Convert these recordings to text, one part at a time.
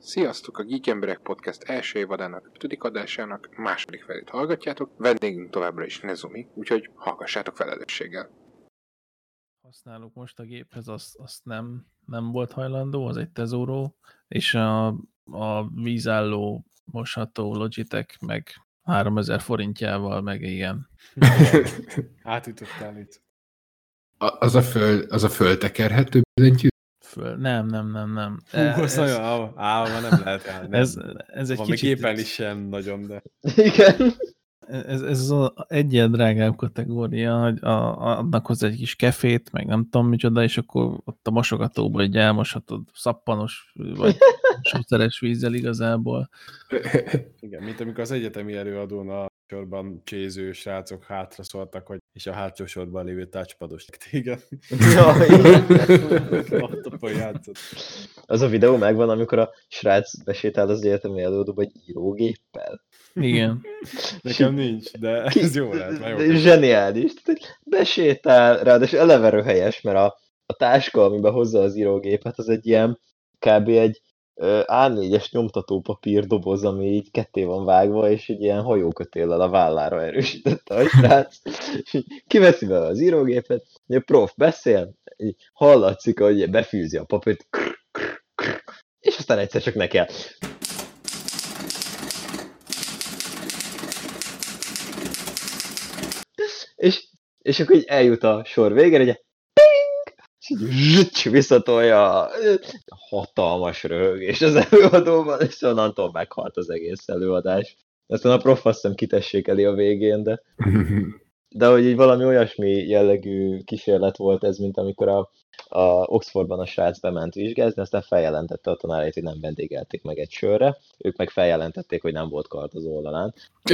Sziasztok! A Geek Emberek Podcast első évadának 5. adásának második felét hallgatjátok. Vendégünk továbbra is Nezumi, úgyhogy hallgassátok felelősséggel. Használok most a géphez, azt nem volt hajlandó, az egy Tesoro, és a vízálló mosható Logitech meg 3000 forintjával, meg igen. Átütöttál itt. Az a föltekerhető billentyű? Nem. Hú, az nagyon álva nem lehet járni. Ez egy van kicsit... még éppen is sem nagyon, de... Igen. Ez az egyen drágább kategória, hogy adnak hozzá egy kis kefét, meg nem tudom micsoda, és akkor ott a mosogatóba egy elmoshatod szappanos, vagy sószeres vízzel igazából. Igen, mint amikor az egyetemi előadón a sorban cséző srácok hátra szóltak, hogy és a hátsó sorban lévő touchpados téged. Ja, Laptopon játszott. az a videó megvan, amikor a srác besétál az egyetemi előadóba egy írógéppel. Igen. Nekem nincs, de ez jó lehet. Már jó. Zseniális. Besétál, ráadásul eleve röhelyes, mert a táska, amiben hozza az írógépet, az egy ilyen kb. Egy A4-es nyomtatópapír doboz, ami így ketté van vágva, és egy ilyen hajókötéllel a vállára erősítette a srác. Kiveszi be az írógépet, a prof beszél, így hallatszik, hogy befűzi a papírt, és aztán egyszer csak neki áll. És akkor így eljut a sor végére, ugye, és így zsücs, visszatolja a hatalmas röhögés az előadóban, és onnantól meghalt az egész előadás. Aztán a prof azt hiszem kitessékeli a végén, de hogy így valami olyasmi jellegű kísérlet volt ez, mint amikor a Oxfordban a srác bement vizsgázni, aztán feljelentette a tanárait, hogy nem vendégelték meg egy sörre, ők meg feljelentették, hogy nem volt kard az oldalán.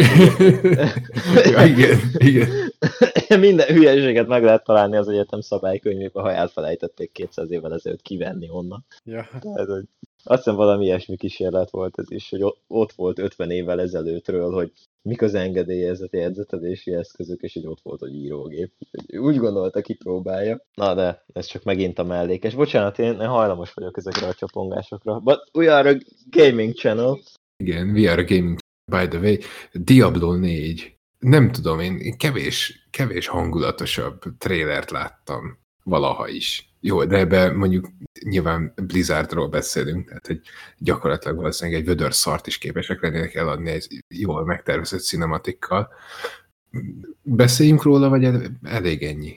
Ja, igen. Minden hülyeséget meg lehet találni az egyetem szabálykönyvében, ha elfelejtették 200 évvel ezelőtt kivenni onnan. Ja. Tehát, hogy azt hiszem valami ilyesmi kísérlet volt ez is, hogy ott volt 50 évvel ezelőttről, hogy mik az engedélyezett jegyzetedési eszközök, és hogy ott volt, hogy írógép. Úgy gondolta, kipróbálja. Na de, ez csak megint a mellékes. Bocsánat, én hajlamos vagyok ezekre a csapongásokra. But we are a gaming channel. Igen, we are a gaming, by the way. Diablo 4. Nem tudom, én kevés hangulatosabb trélert láttam valaha is. Jó, de ebben mondjuk nyilván Blizzardról beszélünk, tehát hogy gyakorlatilag valószínűleg egy vödör szart is képesek lennének eladni egy jól megtervezett cinematikkal. Beszéljünk róla, vagy elég ennyi?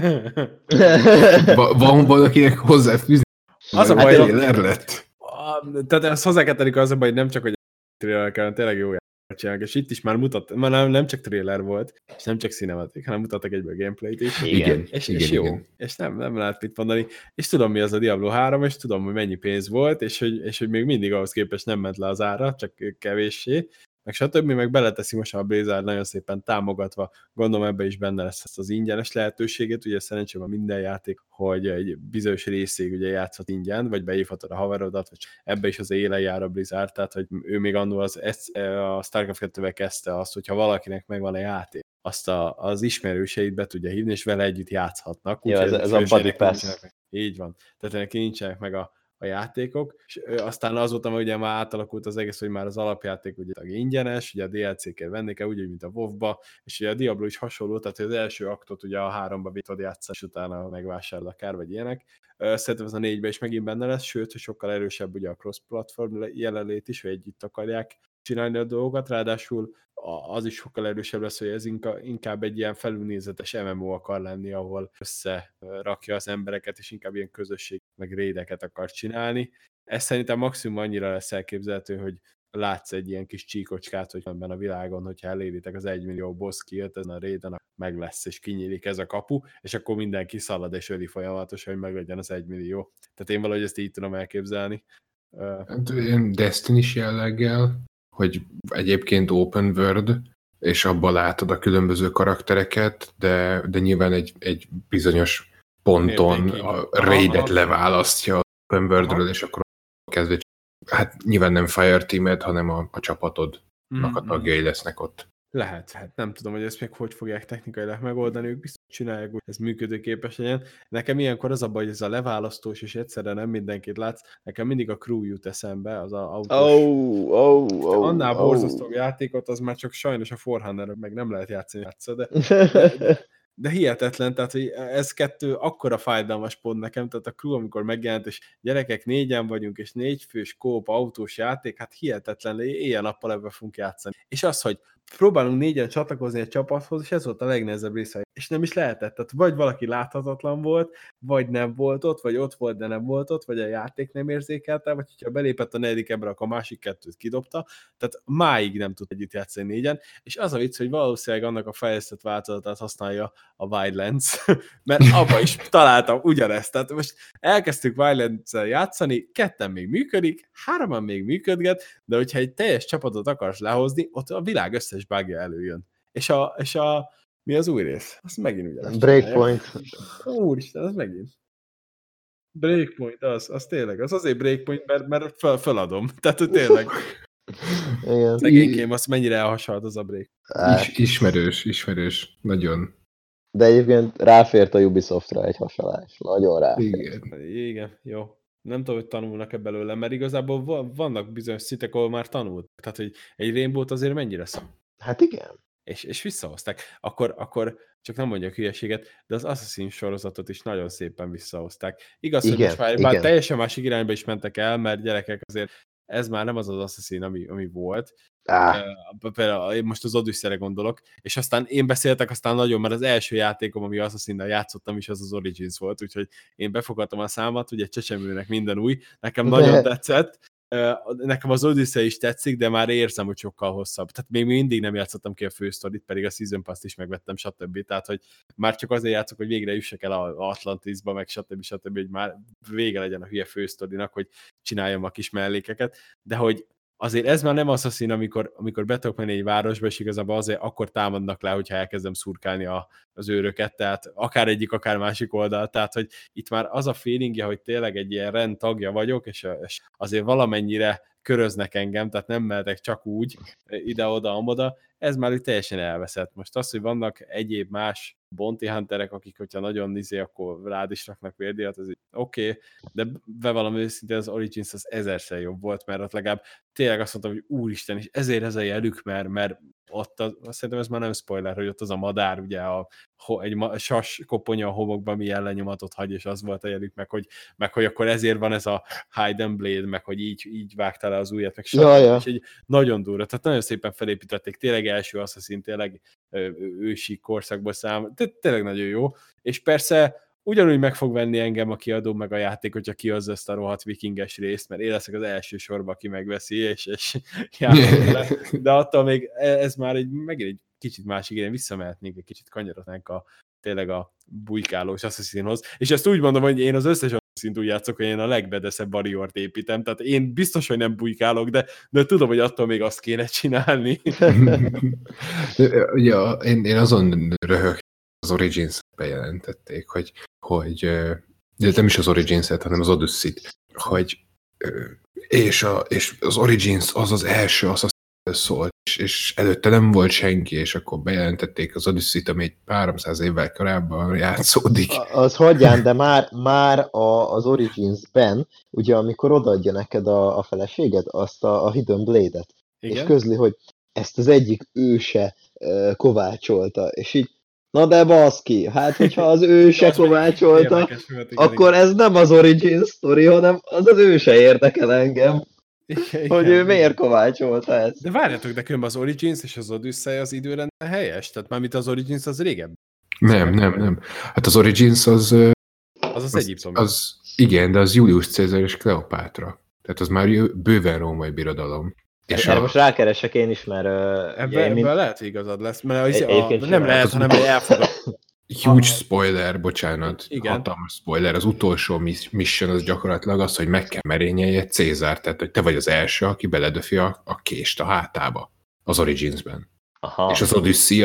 Van valakinek hozzáfűzni? Az a baj, trailer lett. Tehát ezt hozzá kell tenni, az a baj, hogy nem csak, hogy trailer kell, tényleg jó csinálnak, és itt is már nem csak trailer volt, és nem csak cinematic, hanem mutattak egyből gameplayt is. Igen. És jó. Igen. És nem lehet mit mondani. És tudom, mi az a Diablo 3, és tudom, hogy mennyi pénz volt, és hogy még mindig ahhoz képest nem ment le az ára, csak kevéssé, meg stb. Meg beleteszi most a Blizzard nagyon szépen támogatva, gondolom ebbe is benne lesz ezt az ingyenes lehetőségét, ugye szerencsére minden játék, hogy egy bizonyos részig ugye játszhat ingyen, vagy beívhatod a haverodat, vagy ebbe is az élen jár a Blizzard, tehát hogy ő még annól a StarCraft 2-vel kezdte azt, hogyha valakinek megvan a játék, azt az ismerőseit be tudja hívni, és vele együtt játszhatnak. Ja, ez a Buddy Pass. Így van. Tehát neki nincsenek meg a játékok, és aztán azóta ugye már átalakult az egész, hogy már az alapjáték ugye ingyenes, ugye a DLC-ket venni kell, úgy, mint a WoW-ba, és ugye a Diablo is hasonló, tehát az első aktot ugye a 3-ba vitod játszás, utána megvásárol akár, vagy ilyenek. Szerintem ez a 4-be is megint benne lesz, sőt, hogy sokkal erősebb ugye a cross-platform jelenlét is, hogy együtt akarják csinálni a dolgokat, ráadásul az is sokkal erősebb lesz, hogy ez inkább egy ilyen felülnézetes MMO akar lenni, ahol összerakja az embereket, és inkább ilyen közösség, meg raideket akar csinálni. Ez szerintem maximum annyira lesz elképzelhető, hogy látsz egy ilyen kis csíkocskát, hogy ebben a világon, hogyha eléritek az 1 millió boss killt, ezen a raiden meg lesz, és kinyílik ez a kapu, és akkor mindenki szalad és öli folyamatosan, hogy meglegyen az 1 millió. Tehát én valahogy ezt így tudom elképzelni. Destiny-s jelleggel, hogy egyébként open world, és abban látod a különböző karaktereket, de nyilván egy bizonyos ponton a raidet leválasztja az open worldről, és akkor kezdve, hát nyilván nem Fireteam-ed, hanem a csapatodnak a tagjai lesznek ott. Lehet. Nem tudom, hogy ezt még hogy fogják technikailag megoldani, ők biztos csinálják, hogy ez működőképes legyen. Nekem ilyenkor az a baj, hogy ez a leválasztós, és egyszerre nem mindenkit látsz, nekem mindig a Crew jut eszembe, az a autós. Annál borzasztóbb játékot, az már csak sajnos a Forerunner meg nem lehet játszani, de hihetetlen, tehát hogy ez kettő akkora fájdalmas pont nekem, tehát a Crew, amikor megjelent, és gyerekek 4-en vagyunk, és 4 fős kóp autós játék, hát hihetetlen, éjjel-nappal ebben fogunk játszani. És az, hogy próbálunk 4-en csatlakozni egy csapathoz, és ez volt a legnehezebb része. És nem is lehetett. Tehát vagy valaki láthatatlan volt, vagy nem volt ott, vagy ott volt, de nem volt ott, vagy a játék nem érzékelte, vagy hogyha belépett a 4. ember, akkor a másik 2-t kidobta. Tehát máig nem tud együtt játszani 4-en. És az a vicc, hogy valószínűleg annak a fejlesztett változatát használja a Wildlands, mert abba is találtam ugyanezt. Tehát most elkezdtük Wildlands-el játszani, 2 még működik, 3 még működget, de hogyha egy teljes csapatot akarsz lehozni, ott a világ összes bugja előjön. És mi az új rész? Az megint ugyanezt Breakpoint. Úristen, az megint. Breakpoint, az tényleg. Az azért Breakpoint, mert feladom. Tehát, hogy tényleg. Igen. Szegénykém, azt mennyire elhasalt az a Break. Ismerős. Nagyon. De egyébként ráfért a Ubisoftra egy hasalás. Nagyon ráfért. Igen, jó. Nem tudom, hogy tanulnak-e belőle, mert igazából vannak bizonyos szintek, ahol már tanult. Tehát, hogy egy Rainbow-t azért mennyire szó. Hát igen. És visszahozták. Akkor csak nem mondjak hülyeséget, de az Assassin sorozatot is nagyon szépen visszahozták. Igaz, igen, hogy most már teljesen másik irányba is mentek el, mert gyerekek azért ez már nem az Assassin, ami volt. Például most az Odyssey-re gondolok, és aztán én beszéltek aztán nagyon, mert az első játékom, ami Assassinnal játszottam is, az Origins volt, úgyhogy én befogadtam a számat, ugye csecsemőnek minden új, nekem nagyon tetszett, nekem az Odyssey is tetszik, de már érzem, hogy sokkal hosszabb. Tehát még mindig nem játszottam ki a fősztorit, pedig a Season Pass-t is megvettem, stb. Tehát, hogy már csak azért játszok, hogy végre üssek el Atlantisba, meg stb. Hogy már vége legyen a hülye fősztorinak, hogy csináljam a kis mellékeket, de hogy azért ez már nem Assassin, amikor be tudok menni egy városba, és igazából azért akkor támadnak le, hogyha elkezdem szurkálni az őröket, tehát akár egyik, akár másik oldal, tehát hogy itt már az a feelingje, hogy tényleg egy ilyen rend tagja vagyok, és azért valamennyire köröznek engem, tehát nem mehetek csak úgy ide-oda-amoda, ez már úgy teljesen elveszett. Most az, hogy vannak egyéb más bounty hunterek, akik, hogyha nagyon akkor rád is raknak vérdíjat, az oké, de bevallom őszintén az Origins az 1000-szer jobb volt, mert ott legalább tényleg azt mondtam, hogy úristen, és ezért ez a jelük, mert ott szerintem ez már nem spoiler, hogy ott az a madár, ugye egy sas koponya a homokban milyen lenyomatot hagy, és az volt a jelük, meg hogy akkor ezért van ez a Hidden Blade, meg hogy így vágta le az ujjat, meg stb. És egy nagyon durva, tehát nagyon szépen felépítették, tényleg első Assassin, tényleg ősi korszakból tényleg nagyon jó, és persze ugyanúgy meg fog venni engem a kiadó meg a játék, hogyha kihozza ezt a rohadt vikinges részt, mert én leszek az első sorba, aki megveszi, és játszom le. De attól még ez már megint egy kicsit másik, én visszamehetnénk, egy kicsit kanyarodnánk tényleg a bujkálós Assassinhoz, és ezt úgy mondom, hogy én az összes Assassin-t úgy játszok, hogy én a legbedeszebb warriort építem, tehát én biztos, hogy nem bujkálok, de tudom, hogy attól még azt kéne csinálni. Ja, én azon röhög az Origins-et bejelentették, hogy de nem is az Origins-et, hanem az Odyssey-t, hogy és az Origins az első Assassin szólt, és előtte nem volt senki, és akkor bejelentették az Odyssey-t, ami egy 300 évvel korábban játszódik. Az hagyján, de már az Origins-ben, ugye amikor odaadja neked a feleséged, azt a Hidden Blade-et, és közli, hogy ezt az egyik őse kovácsolta, és így na de baszki, hát hogyha az őse kovácsolta, akkor ez nem az Origin Story, hanem az őse érdekel engem. Igen, hogy ő miért kovácsolta ezt. De várjatok, de különben az Origins és az Odyssey az időrendben helyes? Tehát mármint az Origins az régebb? Nem. Hát az Origins az Egyiptom. Igen, de az Julius Cézár és Kleopátra. Tehát az már bőven római birodalom. És most rákeresek én is, mert... Ebben lehet, hogy igazad lesz, mert nem lehet, hanem elfogad. Huge spoiler, bocsánat, hatalmas spoiler, az utolsó mission az gyakorlatilag az, hogy meg kell merényelje Cézár, tehát hogy te vagy az első, aki beledöfi a kést a hátába az Origins-ben. Aha. És az Odyssey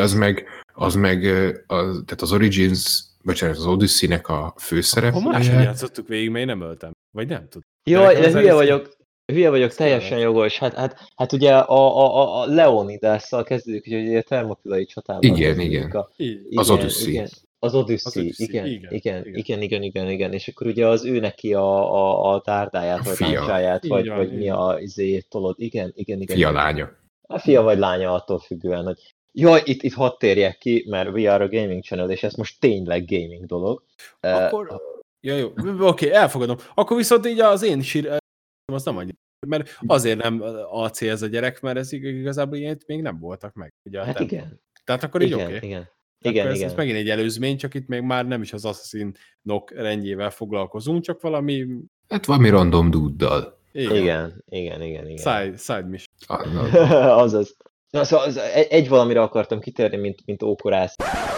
tehát az Origins, bocsánat, az Odyssey-nek a főszereplője. Máshogy játszottuk végig, mert én nem öltem. Vagy nem tudom. Jó, de hülye vagyok. Hülye vagyok, teljesen jogos. Hát ugye a Leonidasszal kezdődik, hogy ugye a termopilai csatával Igen, kezdődik igen. Az igen, Odyssey. igen. Az Odyssey, igen. És akkor ugye az ő neki a tárdáját, A vagy fia. láncsáját, Így vagy, van, vagy így mi a izéjét tolod. Igen. Fia lánya. A fia vagy lánya attól függően, hogy jaj, itt hadd térjek ki, mert we are a gaming channel, és ez most tényleg gaming dolog. Akkor... Ja, jó. Oké, elfogadom. Akkor viszont így az én az nem annyi. Mert azért nem AC ez a gyerek, mert ez igazából ilyen még nem voltak meg. Ugye, Hát igen. Tehát akkor így Igen, oké. igen. Akkor Igen. ez megint egy előzmény, csak itt még már nem is az Assassin-nok rendjével foglalkozunk, csak valami... Hát valami random duddal. Igen. Side mission. Azaz. Na, szóval egy valamire akartam kitérni, mint ókorász.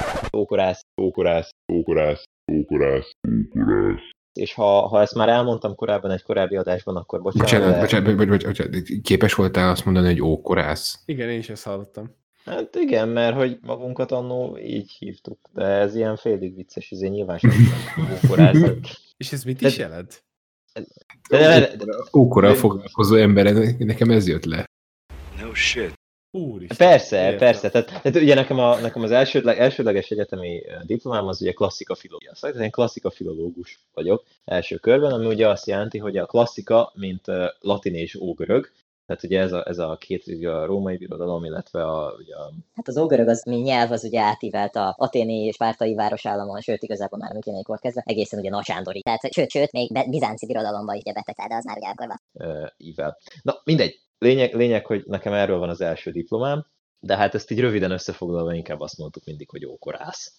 És ha ezt már elmondtam korábban egy korábbi adásban, akkor Bocsánat. Képes voltál azt mondani, hogy ókorász? Igen, én is ezt hallottam. Hát igen, mert hogy magunkat annó így hívtuk, de ez ilyen félig vicces, ezért nyilván sem ókorász. És ez mit is jelent? Ókorral foglalkozó ember, nekem ez jött le. No shit. Úristen. Persze. Tehát ugye nekem az elsődleges egyetemi diplomám az ugye klasszika filológia. Szóval én klasszika filológus vagyok első körben, ami ugye azt jelenti, hogy a klasszika, mint latin és ógörög, tehát ugye ez a két, ugye a római birodalom, illetve ugye Hát az ógörög az, mint nyelv, az ugye átívelt a aténi és spártai városállamon, sőt igazából már a mikénékor kezdve, egészen ugye Nagy Sándori. Tehát sőt, még bizánci birodalomba is beteg, de az már ugye elkorva. Ível. Na, mindegy. Lényeg, hogy nekem erről van az első diplomám, de hát ezt így röviden összefoglalva inkább azt mondtuk mindig, hogy ókorász.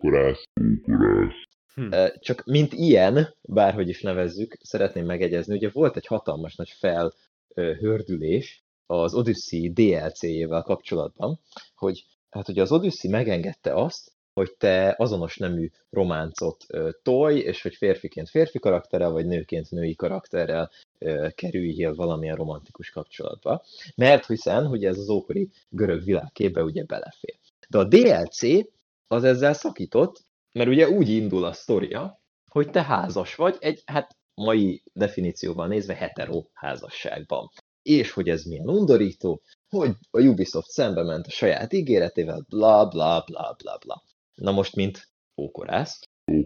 Csak mint ilyen, bárhogy is nevezzük, szeretném megegyezni, ugye volt egy hatalmas nagy felhördülés az Odyssey DLC-jével kapcsolatban, hogy hát ugye az Odyssey megengedte azt, hogy te azonos nemű románcot tolj, és hogy férfiként férfi karakterrel, vagy nőként női karakterrel kerüljél valamilyen romantikus kapcsolatba. Mert hiszen, hogy ez az ókori görög világképbe ugye belefér. De a DLC az ezzel szakított, mert ugye úgy indul a sztoria, hogy te házas vagy egy, hát mai definícióban nézve hetero házasságban. És hogy ez milyen undorító, hogy a Ubisoft szembe ment a saját ígéretével, bla bla bla bla bla. Na most, mint ókorász.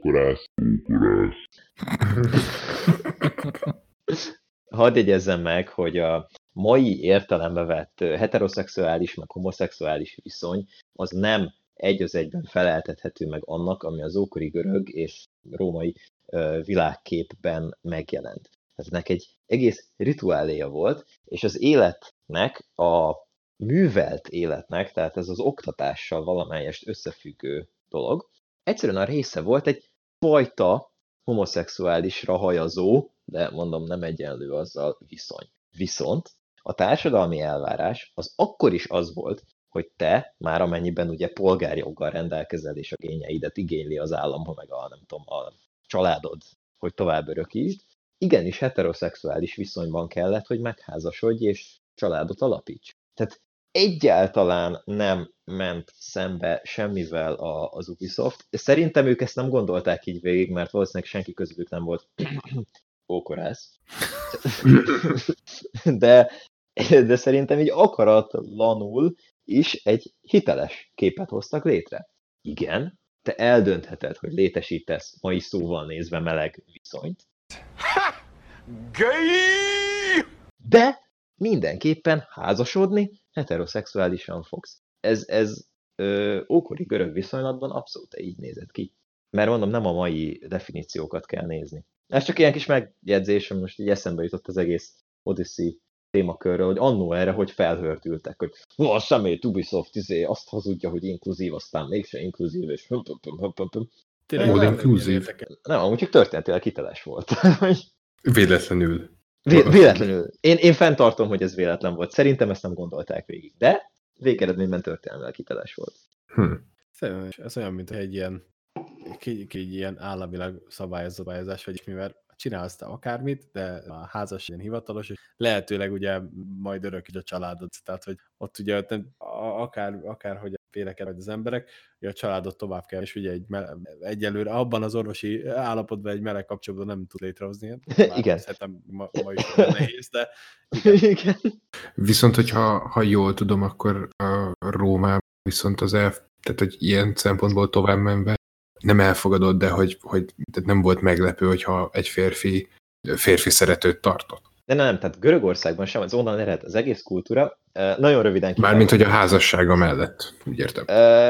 Hadd jegyezzem meg, hogy a mai értelembe vett heteroszexuális meg homoszexuális viszony az nem egy az egyben feleltethető meg annak, ami az ókori görög és római világképben megjelent. Ennek egy egész rituáléja volt, és az életnek, a művelt életnek, tehát ez az oktatással valamelyest összefüggő dolog, egyszerűen a része volt egy fajta homoszexuálisra hajazó, de mondom nem egyenlő azzal viszony. Viszont a társadalmi elvárás az akkor is az volt, hogy te, már amennyiben ugye polgárjoggal rendelkezel, és a gényeidet igényli az állam, meg a családod, hogy tovább örökítsd, igenis heteroszexuális viszonyban kellett, hogy megházasodj és családot alapíts. Tehát egyáltalán nem ment szembe semmivel az Ubisoft. Szerintem ők ezt nem gondolták így végig, mert valószínűleg senki közülük nem volt ókorász. De szerintem így akaratlanul is egy hiteles képet hoztak létre. Igen, te eldöntheted, hogy létesítesz mai szóval nézve meleg viszonyt. De mindenképpen házasodni heteroszexuálisan fogsz. Ez ókori görög viszonylatban abszolút így nézett ki. Mert mondom, nem a mai definíciókat kell nézni. Ez csak ilyen kis megjegyzés, hogy most így eszembe jutott az egész Odyssey témakörről, hogy annó erre, hogy felhördültek, hogy a szemét Ubisoft azt hazudja, hogy inkluzív, aztán mégse inkluzív, és Tényleg inkluzív. Nem, amúgy csak történetileg hiteles volt. Véletlenül. Véletlenül. Én fenntartom, hogy ez véletlen volt. Szerintem ezt nem gondolták végig, de végeredményben történelmileg hiteles volt. Szerintem ez olyan, mint egy ilyen államilag szabályozás, vagy mivel csinálsz te akármit, de a házas ilyen hivatalos, és lehetőleg ugye majd örökíts a családod. Tehát, hogy ott ugye akár hogy vélekednek az emberek, hogy a családot tovább kell, és ugye egyelőre abban az orvosi állapotban egy meleg kapcsolatban nem tud létrehozni. Igen. Szerintem ma is olyan nehéz, de igen. Igen. Viszont, ha jól tudom, akkor a Rómában viszont tehát hogy ilyen szempontból tovább menve nem elfogadott, de hogy tehát nem volt meglepő, hogyha egy férfi szeretőt tartott. De nem, tehát Görögországban sem, az onnan ered az egész kultúra, nagyon röviden Mármint, hogy a házassága mellett, úgy értem.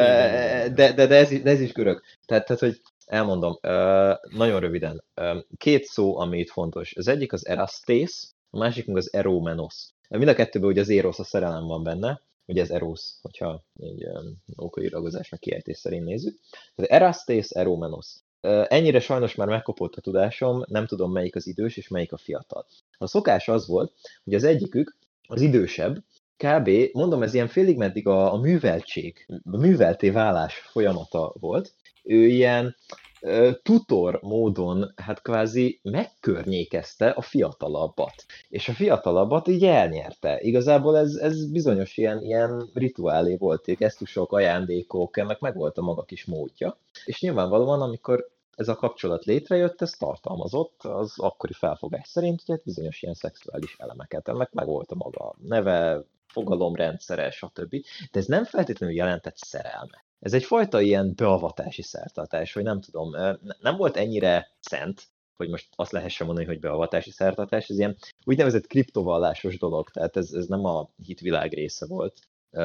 De ez is görög. Tehát, hogy elmondom, nagyon röviden. Két szó, ami itt fontos. Az egyik az erasztész, a másik az eromenos. Mind a kettőben ugye az érosz, a szerelem van benne, ugye ez erosz, hogyha egy ókori ragozásnak kiejtés szerint nézzük. Tehát erasztész, eromenos. Ennyire sajnos már megkopott a tudásom, nem tudom melyik az idős és melyik a fiatal. A szokás az volt, hogy az egyikük, az idősebb, kb. Mondom, ez ilyen félig meddig a műveltség, a művelté válás folyamata volt. Ő ilyen tutor módon, hát kvázi megkörnyékezte a fiatalabbat. És a fiatalabbat így elnyerte. Igazából ez bizonyos ilyen rituálé volt, gesztusok, ajándékok, ennek meg volt a maga kis módja. És nyilvánvalóan, amikor ez a kapcsolat létrejött, ez tartalmazott az akkori felfogás szerint, hogy bizonyos ilyen szexuális elemeket, ennek meg volt a maga neve, fogalomrendszere, stb. De ez nem feltétlenül jelentett szerelme. Ez egyfajta ilyen beavatási szertartás, hogy nem tudom, nem volt ennyire szent, hogy most azt lehessen mondani, hogy beavatási szertartás, ez ilyen úgynevezett kriptovallásos dolog, tehát ez nem a hitvilág része volt,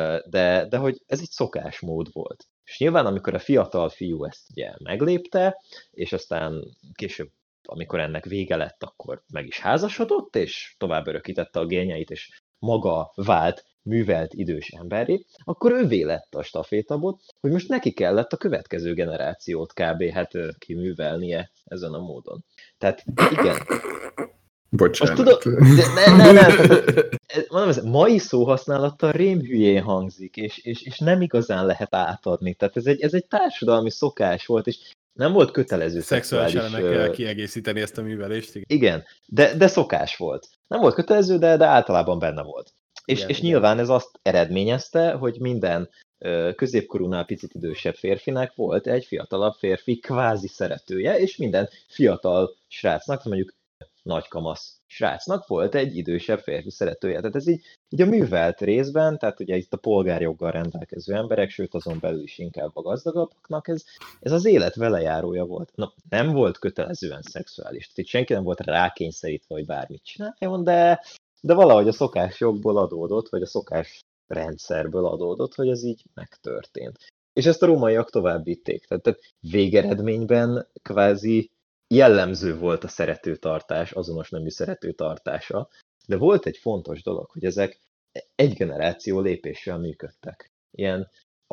de hogy ez egy szokásmód volt. És nyilván, amikor a fiatal fiú ezt ugye meglépte, és aztán később, amikor ennek vége lett, akkor meg is házasodott, és tovább örökítette a génjeit, és maga vált művelt idős emberré, akkor ővé lett a stafétabot, hogy most neki kellett a következő generációt kb. Kiművelnie ezen a módon. Tehát igen. Bocsánat. Most tudom, nem. Mondom, ez mai szóhasználattal rémhülyén hangzik, és nem igazán lehet átadni. Tehát ez egy társadalmi szokás volt, és nem volt kötelező szexuális elemekkel kiegészíteni ezt a művelést. Igen, de szokás volt. Nem volt kötelező, de általában benne volt. És nyilván ez azt eredményezte, hogy minden középkorúnál picit idősebb férfinek volt egy fiatalabb férfi kvázi szeretője, és minden fiatal srácnak, mondjuk nagykamasz srácnak volt egy idősebb férfi szeretője. Tehát ez így a művelt részben, tehát ugye itt a polgárjoggal rendelkező emberek, sőt azon belül is inkább a gazdagabbaknak, ez az élet velejárója volt. Na, nem volt kötelezően szexuális. Tehát itt senki nem volt rákényszerítve, hogy bármit csináljon, de valahogy a szokásjogból adódott, vagy a szokás rendszerből adódott, hogy ez így megtörtént. És ezt a rómaiak tovább vitték. Tehát végeredményben kvázi jellemző volt a szeretőtartás, azonos nemű szeretőtartása, de volt egy fontos dolog, hogy ezek egy generáció lépéssel működtek. Ilyen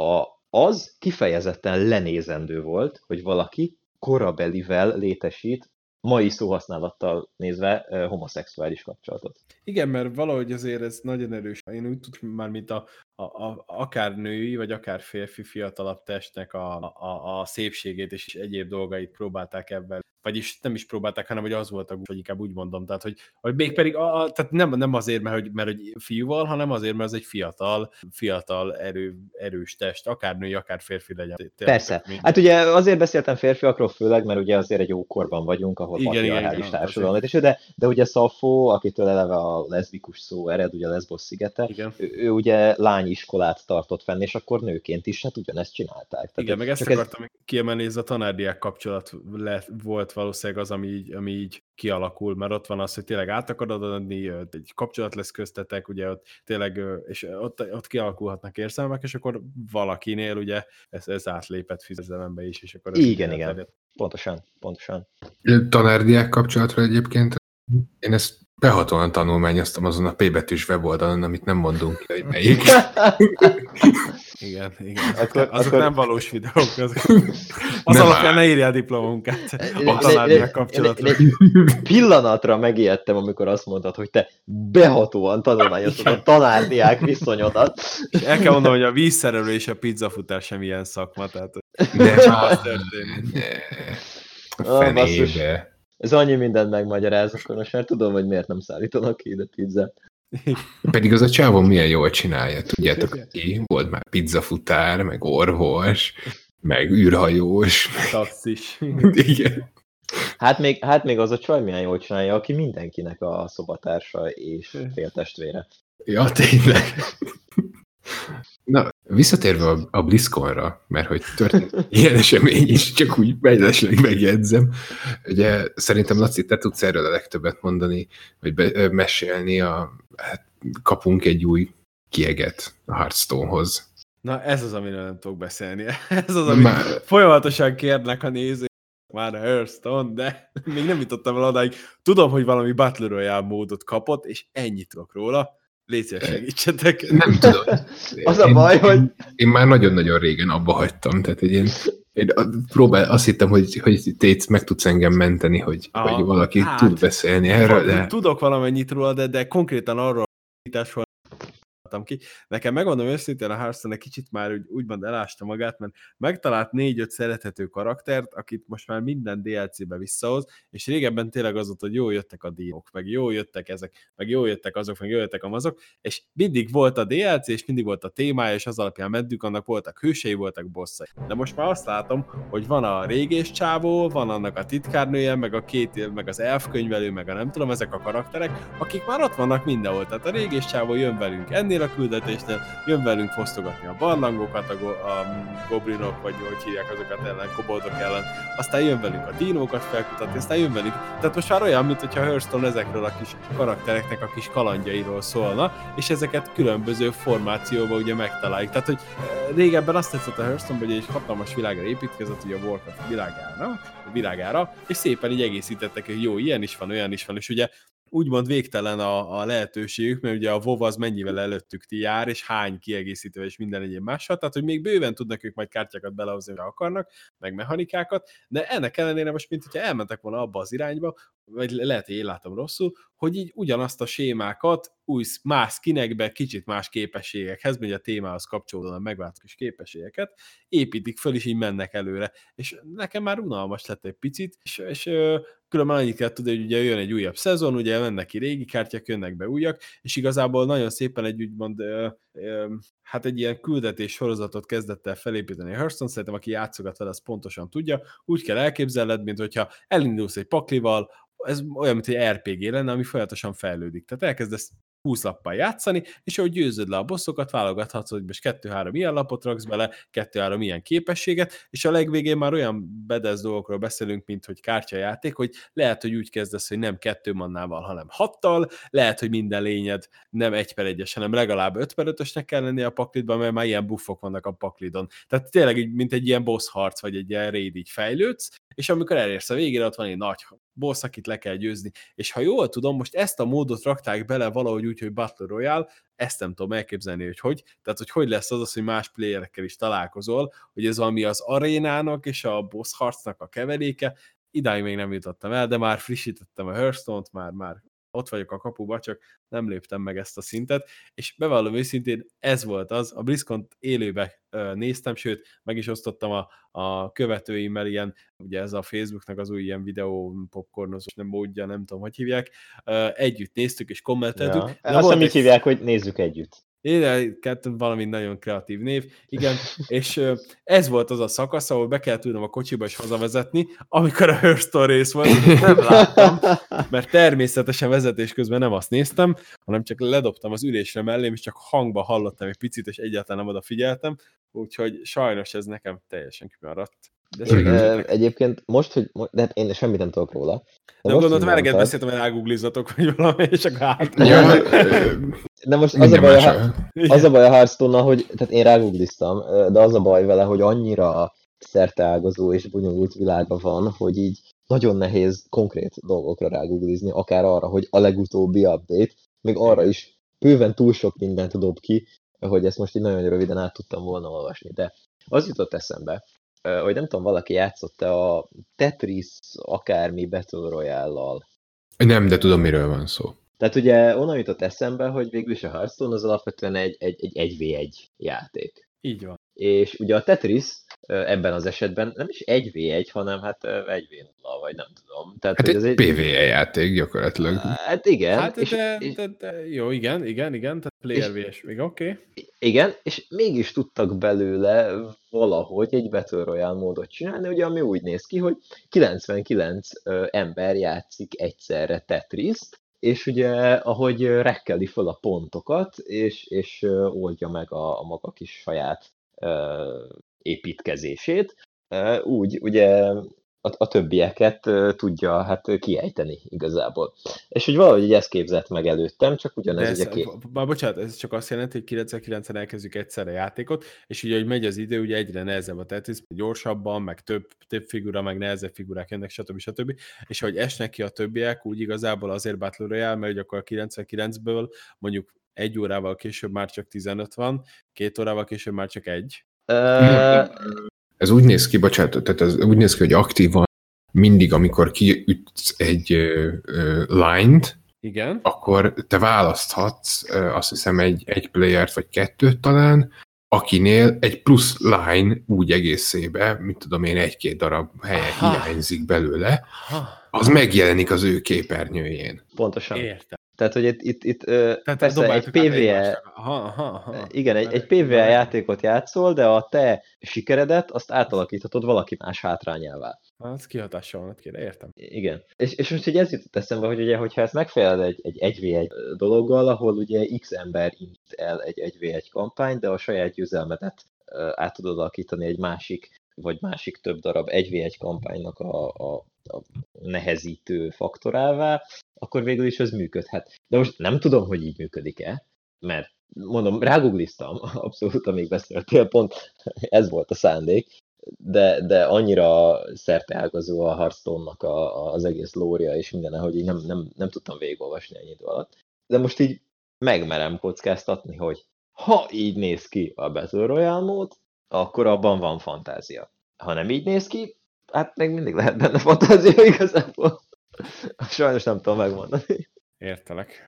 az kifejezetten lenézendő volt, hogy valaki korabelivel létesít, mai szóhasználattal nézve homoszexuális kapcsolatot. Igen, mert valahogy azért ez nagyon erős. Én úgy tudom, már mint akár női, vagy akár férfi fiatalabb testnek a szépségét és egyéb dolgait próbálták ebben. Vagyis nem is próbálták, hanem hogy az volt a vagy inkább úgy mondom. Tehát, hogy mégpedig tehát nem azért, mert hogy fiúval, hanem azért, mert az egy fiatal erős test, akár női, akár férfi legyen. Persze. Hát ugye azért beszéltem férfiakról főleg, mert ugye azért egy ókorban vagyunk, ahol patriarchális társadalom. De ugye Szaffó, akitől eleve a leszbikus szó ered, ugye Leszbos szigete, ő ugye lányiskolát tartott fenn, és akkor nőként is hát ugyanezt csinálták. Tehát igen, meg ezt akartam kiemelni, ez a tanárdiák kapcsolat volt valószínűleg az, ami így kialakul, mert ott van az, hogy tényleg át akarod adni, egy kapcsolat lesz köztetek, ugye ott tényleg, és ott kialakulhatnak érzelmek, és akkor valakinél ugye ez átlépett fizelembe is, és akkor... Igen. Pontosan. Tanárdiák kapcsolatra egyébként én ezt behatóan tanulmányoztam azon a P betűs weboldalon, amit nem mondunk ki, hogy melyik. Igen. Azok nem valós videók. Az alapján ne írjál diplomunkát a tanárdiák kapcsolatra. Pillanatra megijedtem, amikor azt mondtad, hogy te behatóan tanulmányoztad a tanárdiák viszonyodat. És el kell mondanom, hogy a vízszerelő és a pizzafutás sem ilyen szakma, tehát az történik. Fenébe. Ez annyi mindent megmagyaráz, akkor most már tudom, hogy miért nem szállítanak ki ide pizzát. Pedig az a csávó milyen jól csinálja, tudjátok, ki volt már pizzafutár, meg orvos, meg űrhajós. Taxis. Igen. Hát még az a csaj milyen jól csinálja, aki mindenkinek a szobatársa és féltestvére. Ja, tényleg. Na, visszatérve a BlizzConra, mert hogy történt ilyen esemény is, csak úgy mellesleg megjegyzem. Ugye szerintem, Laci, te tudsz erről a legtöbbet mondani, vagy mesélni, hát kapunk egy új kieget a Hearthstonehoz. Na, ez az, amiről nem tudok beszélni. Ez az, amit folyamatosan kérnek a nézők. Már a Hearthstone, de még nem jutottam el odáig. Tudom, hogy valami Battle Royale módot kapott, és ennyit tudok róla. Légy szíves, segítsetek. Nem tudom. Az a baj, hogy... Én már nagyon-nagyon régen abba hagytam, tehát hogy én azt hittem, hogy te meg tudsz engem menteni, hogy valaki tud beszélni erről, de... Tudok valamennyit róla, de konkrétan arról ki. Nekem megmondom őszintén, a Hearthstone egy kicsit már úgymond elásta magát, mert megtalált 4-5 szerethető karaktert, akit most már minden DLC-be visszahoz, és régebben tényleg az volt, hogy jól jöttek a díjok, meg jól jöttek ezek, meg jól jöttek azok, meg jól jöttek amazok, és mindig volt a DLC, és mindig volt a témája, és az alapján meddük, annak voltak hősei, voltak bosszai. De most már azt látom, hogy van a régés csávó, van annak a titkárnője, meg meg az elfkönyvelő, meg a nem tudom, ezek a karakterek, akik már ott vannak mindenhol. Tehát a régés csávó jön velünk ennél a küldetésnél, jön velünk fosztogatni a barlangokat, a goblinok, vagy hogy hívják azokat ellen, koboldok ellen, aztán jön velünk a dinókat felkutatni, aztán jön velünk. Tehát most már olyan, mint hogyha Hearthstone ezekről a kis karaktereknek a kis kalandjairól szólna, és ezeket különböző formációban ugye megtaláljuk. Tehát, hogy régebben azt tetszett a Hearthstone, hogy egy hatalmas világra építkezett, ugye a Warcraft világára, és szépen így egészítettek, hogy jó, ilyen is van, olyan is van, és ugye úgymond végtelen a lehetőségük, mert ugye a WoW az mennyivel előttük jár, és hány kiegészítővel és minden egyéb mással, tehát hogy még bőven tudnak ők majd kártyákat belehozni, ha akarnak, meg mechanikákat, de ennek ellenére most, mint hogyha elmentek volna abba az irányba, vagy lehet, hogy én látom rosszul, hogy így ugyanazt a sémákat más skinekbe, kicsit más képességekhez, ugye a témához kapcsolódóan megváltozó kis képességeket építik föl, és így mennek előre. És nekem már unalmas lett egy picit, és különben annyit kell tudni, hogy ugye jön egy újabb szezon, ugye mennek ki régi kártyák, jönnek be újak, és igazából nagyon szépen egy úgymond hát egy ilyen küldetés sorozatot kezdett el felépíteni a Hearthstone, szerintem aki játszogat vele, az pontosan tudja, úgy kell elképzelned, mint hogyha elindulsz egy paklival, ez olyan, mint egy RPG lenne, ami folyamatosan fejlődik. Tehát elkezdesz 20 lappal játszani, és ahogy győzöd le a bosszokat, válogathatsz, hogy most 2-3 ilyen lapot raksz bele, 2-3 ilyen képességet, és a legvégén már olyan bedesz dolgokról beszélünk, mint hogy kártyajáték, hogy lehet, hogy úgy kezdesz, hogy nem 2 mannával, hanem 6-tal, lehet, hogy minden lényed nem 1/1-es, hanem legalább 5/5-ösnek kell lennie a paklidban, mert már ilyen buffok vannak a paklidon. Tehát tényleg így, mint egy ilyen boss harc, vagy egy ilyen raid így fejlődsz, és amikor elérsz a végére, ott van egy nagy boss, akit le kell győzni. És ha jól tudom, most ezt a módot rakták bele valahogy úgy, hogy Battle Royale, ezt nem tudom elképzelni, hogy. Tehát, hogy lesz az, hogy más playerekkel is találkozol, hogy ez valami az arénának és a boss harcnak a keveréke. Idáig még nem jutottam el, de már frissítettem a Hearthstone-t, már ott vagyok a kapuba, csak nem léptem meg ezt a szintet, és bevallom őszintén, ez volt az, a BlizzCont élőbe néztem, sőt, meg is osztottam a követőimmel ilyen, ugye ez a Facebooknak az új ilyen videó popcornozós módja, nem tudom, hogy hívják, együtt néztük és kommenteltük. Ja. Azt így hívják, hogy nézzük együtt. Valami nagyon kreatív név, igen, és ez volt az a szakasz, ahol be kell tudnom a kocsiba is hazavezetni, amikor a Hearthstone rész volt, nem láttam, mert természetesen vezetés közben nem azt néztem, hanem csak ledobtam az ülésre mellém, és csak hangba hallottam egy picit, és egyáltalán nem odafigyeltem, úgyhogy sajnos ez nekem teljesen kimaradt. Egyébként most, hogy de hát én semmit nem tudok róla. Nem gondoltam, eleget beszéltem, hogy rágooglizzatok, hogy valami, és akkor de most az a baj a Hearthstone-nal, hogy tehát én rágoogliztam, de az a baj vele, hogy annyira szerteágazó és bonyolult világa van, hogy így nagyon nehéz konkrét dolgokra rágooglizni, akár arra, hogy a legutóbbi update, még arra is bőven túl sok mindent dob ki, hogy ezt most így nagyon röviden át tudtam volna olvasni, de az jutott eszembe, hogy nem tudom, valaki játszott-e a Tetris akármi Battle Royale-lal. Nem, de tudom, miről van szó. Tehát ugye onnan jutott eszembe, hogy végülis a Hearthstone az alapvetően egy 1v1 játék. Így van. és ugye a Tetris ebben az esetben nem is 1v1, hanem hát 1v0, vagy nem tudom. Tehát, Hát hogy egy PvE játék gyakorlatilag. Hát igen. Hát de jó, igen, tehát player vs. Még oké. Igen, és mégis tudtak belőle valahogy egy Battle Royale módot csinálni, ugye, ami úgy néz ki, hogy 99 ember játszik egyszerre Tetriszt, és ugye, ahogy rekkeli fel a pontokat, és oldja meg a maga kis saját építkezését, úgy ugye a többieket tudja hát kiejteni igazából. És hogy valahogy így ezt képzelt meg előttem, csak ugyanez ugye Bocsánat, ez csak azt jelenti, hogy 99-en elkezdjük egyszerre a játékot, és ugye, hogy megy az idő, ugye egyre nehezebb a Tetris, gyorsabban, meg több figura, meg nehezebb figurák jönnek, stb. És hogy esnek ki a többiek, úgy igazából azért Battle Royale, mert akkor a 99-ből mondjuk 1 órával később már csak 15 van, 2 órával később már csak 1. Ez úgy néz ki, bocsánat, tehát ez úgy néz ki, hogy aktívan mindig, amikor kiütsz egy line-t, igen, akkor te választhatsz azt hiszem egy playert, vagy 2 talán, akinél egy plusz line úgy egészébe, mit tudom én, 1-2 darab helye hiányzik belőle, az megjelenik az ő képernyőjén. Pontosan. Értem. Tehát, hogy itt persze egy PvE, igen, egy PvE játékot játszol, de a te sikeredet azt átalakíthatod valaki más hátrányává. Az kihatással van, kéne, értem. Igen. És most így ez jutott eszembe, hogy ugye, hogyha ezt megfelel egy 1v1 dologgal, ahol ugye x ember indít el egy 1v1 kampány, de a saját győzelmedet át tudod alakítani egy másik, vagy másik több darab 1v1 kampánynak a nehezítő faktorává, akkor végül is ez működhet. De most nem tudom, hogy így működik-e, mert mondom, rágoogliztam, abszolút, amíg beszéltél, pont ez volt a szándék, de annyira szerteágazó a Hearthstone-nak az egész lória és minden, hogy így nem tudtam végigolvasni ennyi idő alatt. De most így megmerem kockáztatni, hogy ha így néz ki a Battle Royale mód, akkor abban van fantázia. Ha nem így néz ki, hát még mindig lehet benne fantázia igazából. Sajnos nem tudom megmondani. Értelek.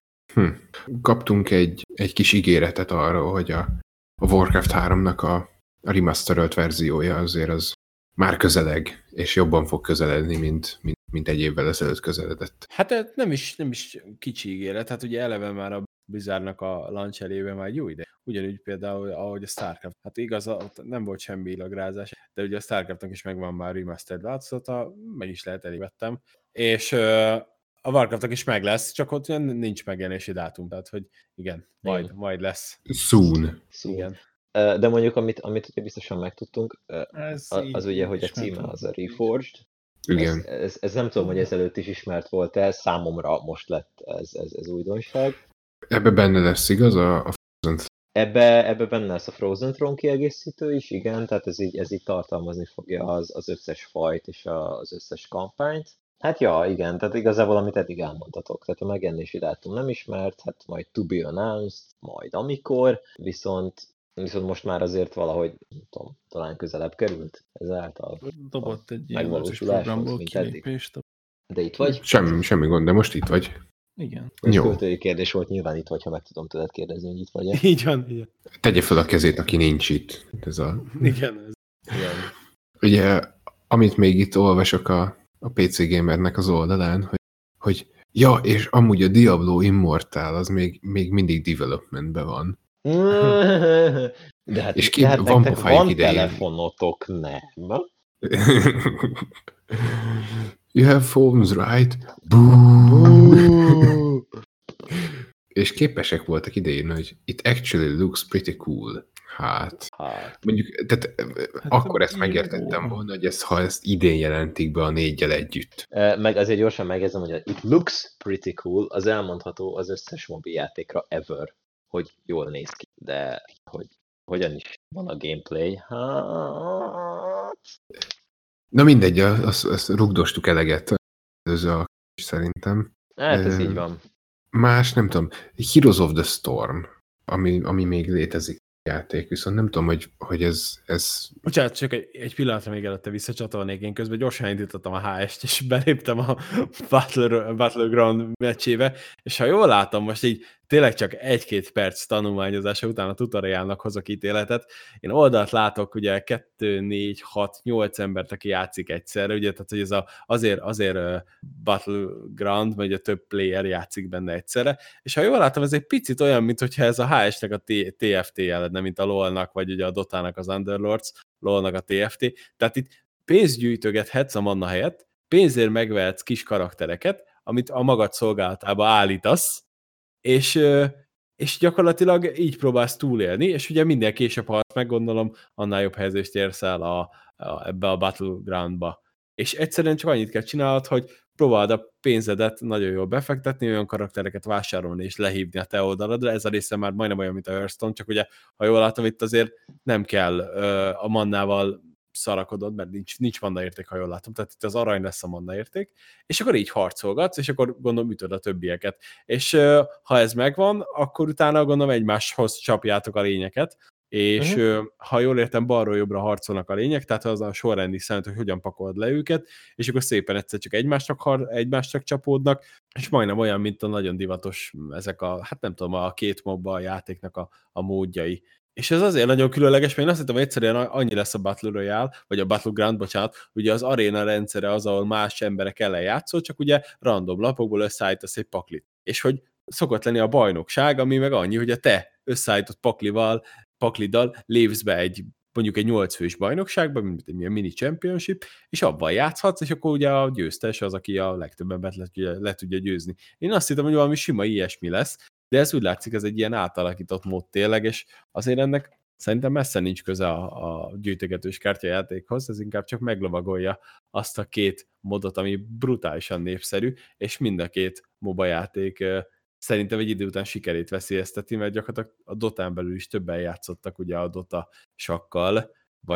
Kaptunk egy kis ígéretet arról, hogy a Warcraft 3-nak a remasterölt verziója azért az már közeleg, és jobban fog közeledni, mint egy évvel ezelőtt közeledett. Hát nem is kicsi ígéret, hát ugye eleve már a Blizzardnak a launch elében már jó ide. Ugyanúgy például, ahogy a Starcraft. Hát igaz, nem volt semmi ilagrázás, de ugye a Starcraftnak is megvan már remastered változata, meg is lehet, elvettem. És a Warcraftnak is meg lesz, csak ott nincs megjelenési dátum, tehát hogy igen, majd lesz. Soon. Igen. De mondjuk, amit ugye biztosan megtudtunk, az ugye, hogy a címe az a Reforged. Igen. Ez nem tudom, hogy ezelőtt is ismert volt-e, számomra most lett ez újdonság. Ebbe benne lesz, igaz, a Frozen Ebbe benne lesz a Frozen Throne kiegészítő is, igen, tehát ez így tartalmazni fogja az összes fajt és az összes kampányt. Hát ja, igen, tehát igazából amit eddig elmondtatok, tehát a megjelenési dátum nem ismert, hát majd to be announced, majd amikor, viszont most már azért valahogy, nem tudom, talán közelebb került ezáltal. Dobott egy ilyen megvalósuláshoz, mint eddig. De itt vagy? Semmi gond, de most itt vagy. Igen. Ez Jó. költői kérdés volt, nyilván itt vagy, ha meg tudom tőled kérdezni, hogy itt vagy-e. Így van. Tegye fel a kezét, aki nincs itt. Igen. Ugye, amit még itt olvasok a PC Gamernek az oldalán, hogy ja, és amúgy a Diablo Immortal az még mindig developmentben van. De hát, és van pofájuk idején. telefonotok, nem? You have phones, right? És képesek voltak idején, hogy it actually looks pretty cool. Hát. Mondjuk, tehát akkor ezt megértettem volna, hogy ha ezt idén jelentik be a 4-jel együtt. Meg azért gyorsan megjegyzem, hogy it looks pretty cool, az elmondható az összes mobiljátékra ever, hogy jól néz ki, de hogy hogyan is van a gameplay, hát... Na mindegy, azt rugdostuk eleget előző szerintem. Hát ez így van. Más, nem tudom, Heroes of the Storm, ami még létezik játék, viszont nem tudom, hogy ez... Bocsánat, csak egy pillanatra még előtte visszacsatolnék, én közben gyorsan indítottam a HS-t, és beléptem a Battleground meccsébe, és ha jól látom, most így tényleg csak 1-2 perc tanulmányozása után a tutoriálnak hozok ítéletet. Én oldalt látok ugye 2, 4, 6, 8 embert, aki játszik egyszerre, ugye, tehát hogy ez azért Battleground, vagy a több player játszik benne egyszerre, és ha jól látom, ez egy picit olyan, mintha ez a HS-nek a TFT-je lenne, mint a LoL-nak, vagy ugye a Dota-nak az Underlords, LoL-nak a TFT, tehát itt pénzt gyűjtögethetsz a manna helyett, pénzért megvehetsz kis karaktereket, amit a magad szolgálatába állítasz, és gyakorlatilag így próbálsz túlélni, és ugye minél később halsz meg, gondolom, annál jobb helyezést érsz el ebbe a Battlegroundba. És egyszerűen csak annyit kell csinálnod, hogy próbáld a pénzedet nagyon jól befektetni, olyan karaktereket vásárolni és lehívni a te oldaladra. Ez a része már majdnem olyan, mint a Hearthstone, csak ugye, ha jól látom, itt azért nem kell a mannával szarakodod, mert nincs manna érték, ha jól látom. Tehát itt az arany lesz a manna érték, és akkor így harcolgatsz, és akkor gondolom ütöd a többieket. És ha ez megvan, akkor utána gondolom egymáshoz csapjátok a lényeket, és ha jól értem, balról jobbra harcolnak a lények, tehát az a sorrendi számít, hogy hogyan pakold le őket, és akkor szépen egyszer csak egymásnak csapódnak, és majdnem olyan, mint a nagyon divatos ezek hát nem tudom, a két mobba a játéknak a módjai. És ez azért nagyon különleges, mert én azt hittem, hogy egyszerűen annyi lesz a Battle Royale, vagy a Battleground, bocsánat, ugye az aréna rendszere az, ahol más emberek ellen játszol, csak ugye random lapokból összeállítasz egy paklit. És hogy szokott lenni a bajnokság, ami meg annyi, hogy a te összeállított pakliddal lépsz be mondjuk egy 8 fős bajnokságba, mint egy mini championship, és abban játszhatsz, és akkor ugye a győztes az, aki a legtöbbet le tudja győzni. Én azt hittem, hogy valami sima ilyesmi lesz, de ez úgy látszik, ez egy ilyen átalakított mód tényleg, és azért ennek szerintem messze nincs köze a gyűjtögetős kártyajátékhoz, ez inkább csak meglovagolja azt a két modot, ami brutálisan népszerű, és mind a két MOBA játék szerintem egy idő után sikerét veszélyezteti, mert gyakorlatilag a Dotán belül is többen játszottak ugye a Dota sakkal,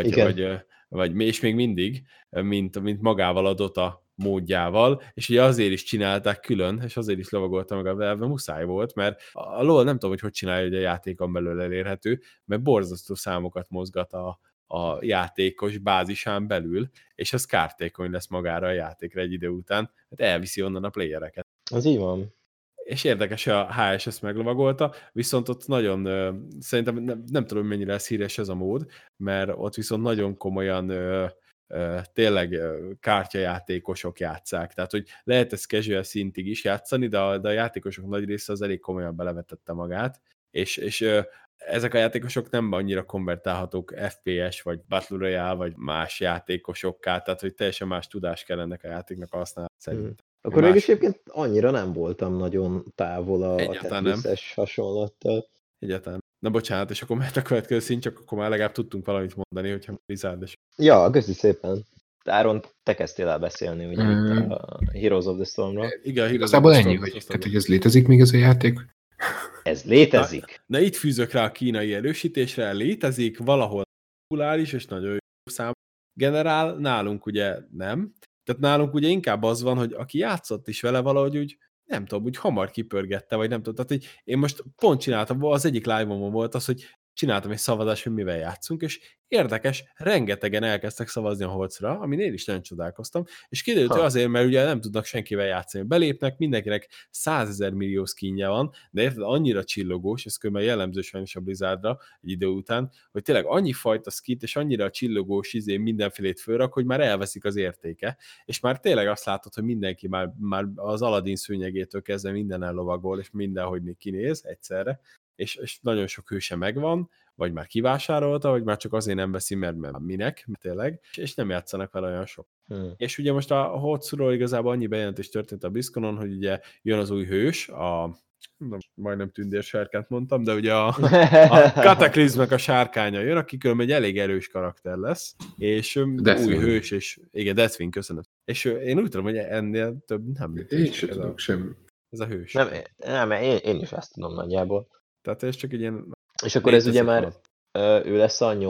és még mindig, mint magával a Dota módjával, és ugye azért is csinálták külön, és azért is lovagolta meg a Valve, muszáj volt, mert a LoL nem tudom, hogy csinálja, hogy a játékon belül elérhető, mert borzasztó számokat mozgat a játékos bázisán belül, és az kártékony lesz magára a játékra egy idő után, hát elviszi onnan a playereket. Az így van. És érdekes, a HS ezt meglovagolta, viszont ott nagyon, szerintem nem tudom, mennyire lesz híres ez a mód, mert ott viszont nagyon komolyan tényleg kártyajátékosok játsszák. Tehát, hogy lehet ezt casual szintig is játszani, de a játékosok nagy része az elég komolyan belevetette magát, és ezek a játékosok nem annyira konvertálhatók FPS, vagy Battle Royale, vagy más játékosokká, tehát, hogy teljesen más tudás kell ennek a játéknak használni szerintem. Akkor mégis egyébként annyira nem voltam nagyon távol a Tetris-es hasonlattal. Egyáltalán. Na bocsánat, és akkor mehet a következő szint, csak akkor már legalább tudtunk valamit mondani, hogyha Blizzard. Ja, köszi szépen. Áron, te kezdtél el beszélni ugye itt a Heroes of the Stormról. Igen, igazából ennyi, tehát, hogy ez létezik még ez a játék? Ez létezik? Na itt fűzök rá a kínai erősítésre, létezik, valahol populáris, és nagyon jó szám generál, nálunk ugye nem. Tehát nálunk ugye inkább az van, hogy aki játszott is vele valahogy úgy, nem tudom, úgy hamar kipörgette, vagy nem tudom. Tehát, hogy én most pont csináltam, az egyik live-omon volt az, hogy csináltam egy szavazást, hogy mivel játszunk, és érdekes, rengetegen elkezdtek szavazni a Holcra, amin én is nagyon csodálkoztam, és kiderült, hogy azért, mert ugye nem tudnak senkivel játszani. Belépnek, mindenkinek 100 000 millió skinje van, de érted, annyira csillogós, ez kb. Jellemző sajnos a Blizzardra egy idő után, hogy tényleg annyi fajta skint, és annyira csillogós mindenfélét fölrak, hogy már elveszik az értéke, és már tényleg azt látod, hogy mindenki már az Aladdin szőnyegétől kezdve minden ellovagol, és mindenhogy még kinéz egyszerre, és nagyon sok hőse megvan, vagy már kivásárolta, vagy már csak azért nem veszi, mert minek, tényleg, és nem játszanak vele olyan sok. És ugye most a Hotszról igazából annyi bejelentés történt a BlizzConon, hogy ugye jön az új hős, majdnem tündérsárkányt mondtam, de ugye a Cataclysmnek a sárkánya jön, aki különben egy elég erős karakter lesz, és új hős, és igen, Deathwing, köszönöm. És én úgy tudom, hogy ennél több nem. Én sem tudok sem. Ez a hős. Nem, én is azt tudom nagyjából. Tehát ez csak egy ilyen... És akkor ez ugye már, ő lesz a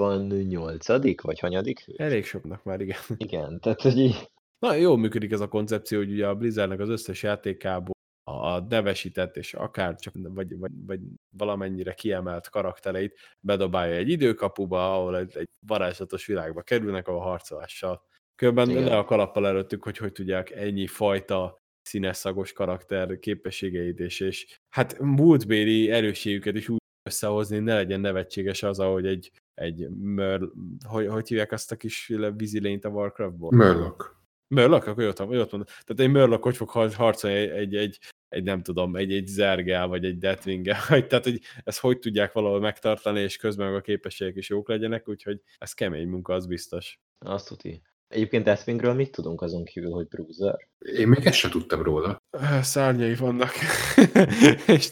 88. vagy hanyadik hős? Elég soknak már, igen. Igen, tehát hogy így... Na, jól működik ez a koncepció, hogy ugye a Blizzardnak az összes játékából a nevesített és akár csak vagy valamennyire kiemelt karaktereit bedobálja egy időkapuba, ahol egy varázslatos világba kerülnek, ahol harcolással. Különben le a kalappal előttük, hogy tudják ennyi fajta színes szagos karakter képességeit, és hát múltbéli erősségüket is úgy összehozni, ne legyen nevetséges az, ahogy egy hogy hívják azt a kis vízilényt a Warcraftból? Murloc, akkor jött mondom. Tehát egy Murloc hogy fog harcolni egy nem tudom, egy Zergel, vagy egy Deathwing-el, tehát hogy ezt hogy tudják valahol megtartani, és közben meg a képességek is jók legyenek, úgyhogy ez kemény munka, az biztos. Azt tuti. Egyébként Deathwingről mit tudunk azon kívül, hogy Bruiser? Én még ezt sem tudtam róla. Szárnyai vannak. És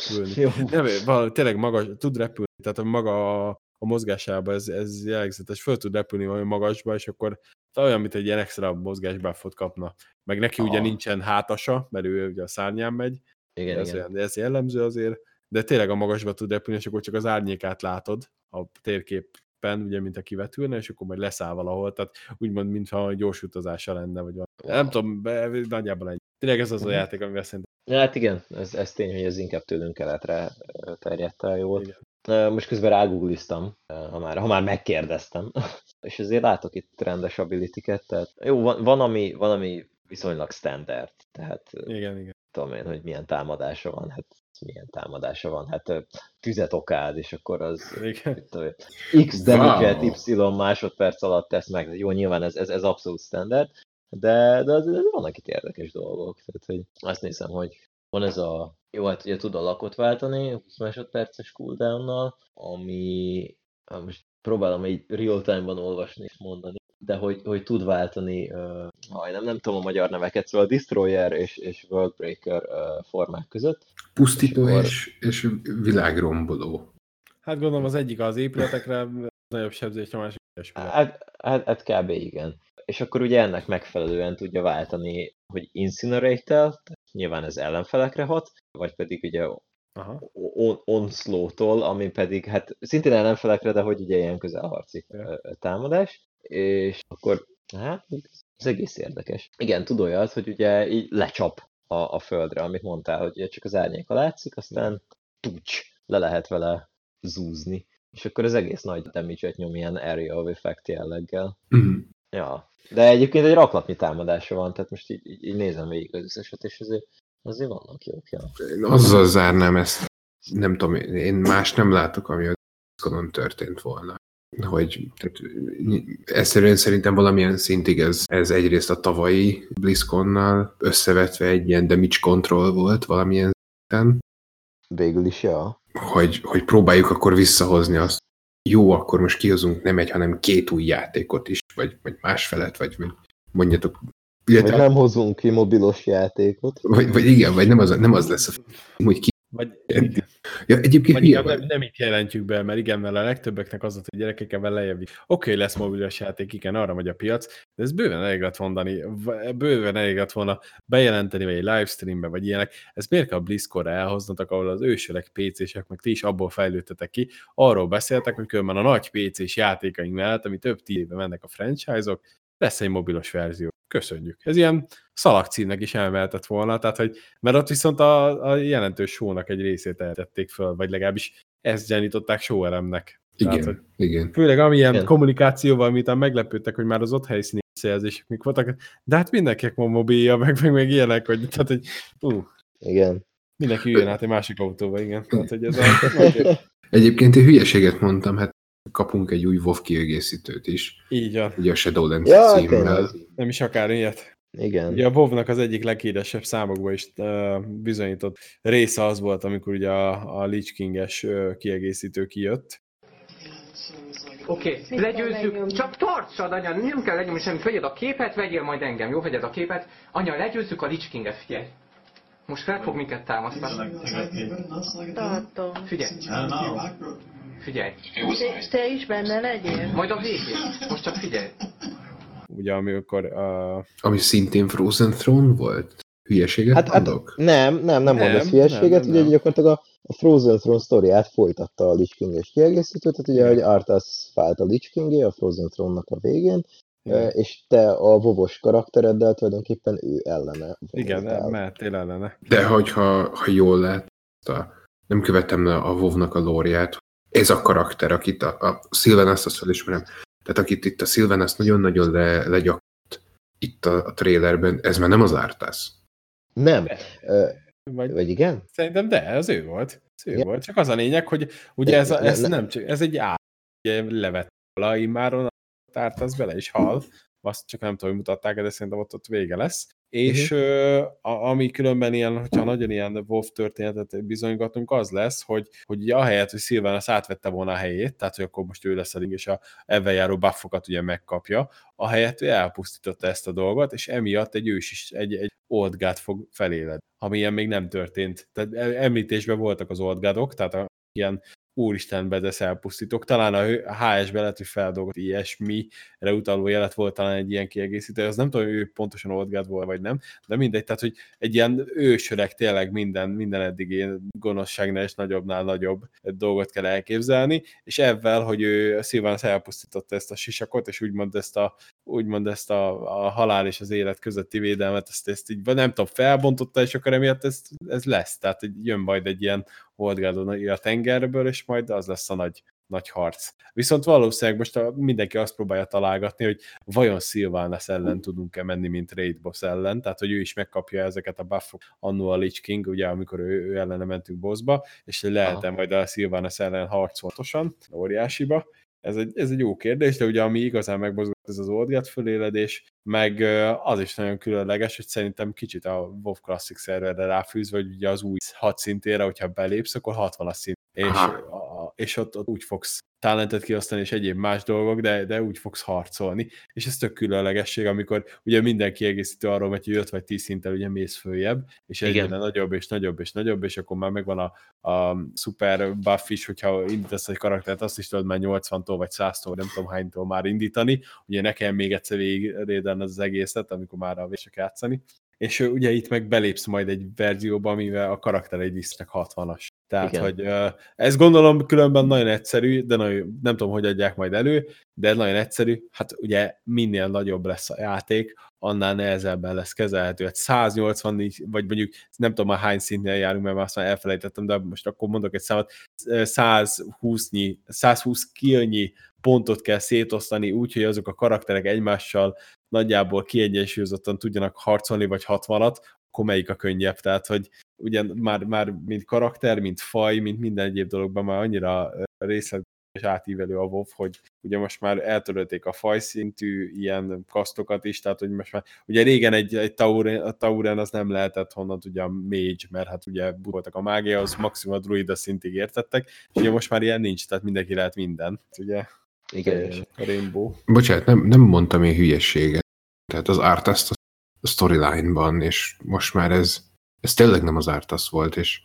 tényleg magas, tud repülni, tehát maga a mozgásában ez jellegzetes, föl tud repülni olyan magasba, és akkor olyan, mint egy ilyen extra mozgásbuffot kapna. Meg neki ugye nincsen hátasa, mert ő ugye a szárnyán megy, igen. De ez jellemző azért, de tényleg a magasba tud repülni, és akkor csak az árnyékát látod a térképen, ugye, mint a kivetülne, és akkor majd leszáll valahol, tehát úgymond, mintha gyors utazása lenne, vagy nem tudom, nagyjából ennyi. Tényleg ez az a játék, amivel szerintem. Hát igen, ez tény, hogy ez inkább tőlünk keletre terjedt el jól. Igen. Most közben rágoogliztam, ha már megkérdeztem, és azért látok itt rendes ability-ket, tehát jó, van ami viszonylag standard, tehát igen. Tudom én, hogy milyen támadása van, hát tüzet okád, és akkor az X damage-et Y másodperc alatt tesz meg, jó, nyilván ez abszolút standard, de azért vannak itt érdekes dolgok, tehát hogy azt nézem, hogy van ez jó, hát ugye tud a lakot váltani 20 másodperces cooldownnal, ami most próbálom egy real-time-ban olvasni és mondani, de hogy tud váltani, nem tudom a magyar neveket, szóval Destroyer és Worldbreaker formák között. Pusztító és világromboló. Hát gondolom az egyik az épületekre, nagyobb sebzés, a másik hát kb. Igen. És akkor ugye ennek megfelelően tudja váltani, hogy Incinerate-tel, nyilván ez ellenfelekre hat, vagy pedig ugye Onslaught-tól, ami pedig hát szintén ellenfelekre, de hogy ugye ilyen közelharci támadás, és akkor hát ez egész érdekes. Igen, tud olyat, hogy ugye így lecsap a földre, amit mondtál, hogy ugye csak az árnyéka látszik, aztán le lehet vele zúzni. És akkor az egész nagy damage-et nyom ilyen area of effect jelleggel. Mm. Ja, de egyébként egy raklatnyi támadása van, tehát most így nézem végig az összeset, és azért vannak jók. Ja. Én azzal zárnám ezt, nem tudom, én más nem látok, ami a BlizzConon történt volna. Hogy tehát, egyszerűen szerintem valamilyen szintig ez egyrészt a tavalyi BlizzConnal összevetve egy ilyen damage control volt valamilyen szinten. Végül is, ja. Hogy próbáljuk akkor visszahozni azt, jó, akkor most kihozunk nem egy, hanem 2 új játékot is, vagy másfelet, vagy mondjatok. Vagy nem hozunk ki mobilos játékot. Vagy igen, vagy nem az lesz a hogy ki. Vagy ja, egyébként nem itt jelentjük be, mert igen, mert a legtöbbeknek az, hogy gyerekekkel lejjebb. Oké, lesz mobilos játék, igen, arra megy a piac, de ez bőven elég lett mondani, bőven elég lett volna bejelenteni, vagy egy livestreambe, vagy ilyenek. Ezt miért kell a BlizzConra elhoznatok, ahol az ősöreg PC-sek, meg ti is abból fejlődtetek ki, arról beszéltek, hogy különben a nagy PC-s játékaink mellett, ami több 10 éve mennek a franchise-ok, lesz egy mobilos verzió. Köszönjük. Ez ilyen szalagcímnek is emeltett volna, tehát hogy, mert ott viszont a jelentős show-nak egy részét eltették föl, vagy legalábbis ezt gyanították show-elemnek. Igen, tehát, igen. Főleg amilyen kommunikációval, amit meglepődtek, hogy már az ott helyszíni visszajelzések mik voltak, de hát mindenkinek van mobilja, meg ilyenek, hogy, tehát, hogy igen. Mindenki üljön át egy másik autóba, igen. Tehát, hogy ez Egyébként én hülyeséget mondtam, hát kapunk egy új WoW kiegészítőt is. Így van. Ugye a Shadowlands címmel. Nem is akár ilyet. Igen. Ugye a WoW-nak az egyik leghíresebb számokban is bizonyított része az volt, amikor ugye a Lich King-es kiegészítő kijött. Oké, legyőzzük, csak tartsad, anya, nem kell legyőzni semmit, vegyed a képet, vegyél majd engem, jó? Vegyed a képet. Anya, legyőzzük a Lich King-et, figyelj. Most fel fog minket támasztani. Tartom. Figyelj. Figyelj. Te is benne legyél? Majd a végén. Most csak figyelj. Ugye amikor... Ami szintén Frozen Throne volt? Hülyeséget mondok? Nem mondasz hülyeséget, ugye gyakorlatilag a Frozen Throne sztoriát folytatta a Lich King-es kiegészítő, tehát ugye, hogy Arthas vált a Lich King-é a Frozen Throne-nak a végén, és te a vovos karaktereddel tulajdonképpen ő ellene. Igen, mehettél ellene. De ha jól lát, nem követem le a WoW-nak a lore-ját, ez a karakter, akit a Sylvanas, azt felismerem, tehát akit itt a Sylvanas nagyon-nagyon legyakadt itt a trailerben, ez már nem az Arthas. Nem. Vagy igen? szerintem az ő volt. Ez ő Igen. volt. Csak az a lényeg, hogy ugye ez egy ugye levett volna immáron, a tárt az bele is hal. Azt csak nem tudom, hogy mutatták, de szerintem ott vége lesz. És ami különben ilyen, hogyha nagyon ilyen WoW történetet bizonygatunk, az lesz, hogy ugye ahelyett, hogy Sylvanas átvette volna a helyét, tehát hogy akkor most ő lesz a és a ebben járó buffokat ugye megkapja, ahelyett ő elpusztította ezt a dolgot, és emiatt egy ős is, egy old god fog feléledni, ami ilyen még nem történt. Tehát említésben voltak az old godok, tehát ilyen úristen bedesz elpusztítok. Talán a HS-ben lehet, hogy feldolgozott ilyesmire utaló jelet volt talán egy ilyen kiegészítő, az nem tudom, hogy ő pontosan old god volt, vagy nem, de mindegy, tehát, hogy egy ilyen ősöreg tényleg minden eddigi gonoszságnál és nagyobbnál nagyobb dolgot kell elképzelni, és ezzel, hogy ő Sylvanas elpusztította ezt a sisakot, és úgymond ezt a halál és az élet közötti védelmet, ezt így nem tudom, felbontotta, és akkor emiatt ez lesz. Tehát jön majd egy ilyen old god a tengerből, és majd az lesz a nagy harc. Viszont valószínűleg most mindenki azt próbálja találgatni, hogy vajon Sylvanas ellen tudunk-e menni, mint Raid Boss ellen, tehát hogy ő is megkapja ezeket a buffok annó a Lich King, ugye amikor ő ellene mentünk bossba, és lehet-e majd a Sylvanas ellen harcoltosan, óriásiba. Ez egy jó kérdés, de ugye ami igazán megmozgott, ez az old god föléledés, meg az is nagyon különleges, hogy szerintem kicsit a WoW Classic szerverre ráfűzve, hogy ugye az új 6 szintére, hogyha belépsz, akkor 60-as szint, és ott úgy fogsz talentet kiosztani, és egyéb más dolgok, de úgy fogsz harcolni, és ez tök különlegesség, amikor ugye minden kiegészítő arról megy, hogy 5 vagy 10 szinttel ugye mész följebb, és egyre nagyobb, és nagyobb, és nagyobb, és akkor már megvan a super buff is, hogyha indítasz egy karaktert, azt is tudod már 80-tól, vagy 100-tól, nem tudom hánytól már indítani, ugye nekem még egyszer végigrédelni az egészet, amikor már a vések játszani, és ugye itt meg belépsz majd egy verzióba, amivel a karaktereid visznek 60-as. Tehát, igen, hogy ez gondolom különben nagyon egyszerű, de nagyon, nem tudom, hogy adják majd elő, de nagyon egyszerű, hát ugye minél nagyobb lesz a játék, annál nehezebben lesz kezelhető. Hát 184, vagy mondjuk nem tudom már hány szintnél járunk, mert azt már elfelejtettem, de most akkor mondok egy számot, 120 kilnyi pontot kell szétosztani úgy, hogy azok a karakterek egymással nagyjából kiegyensúlyozottan tudjanak harcolni, vagy 60-at, akkor melyik a könnyebb? Tehát, hogy ugye már mint karakter, mint faj, mint minden egyéb dologban már annyira részletes és átívelő a WoW, hogy ugye most már eltörölték a fajszintű ilyen kasztokat is, tehát hogy most már, ugye régen egy Tauren az nem lehetett honnan ugye a mage, mert hát ugye voltak a mágia, az maximum a druida szintig értettek, és ugye most már ilyen nincs, tehát mindenki lehet minden, ugye? Igen. A Rainbow. Bocsánat, nem mondtam én hülyességet. Tehát az Arthas a storyline-ban, és most már ez tényleg nem az Arthas volt, és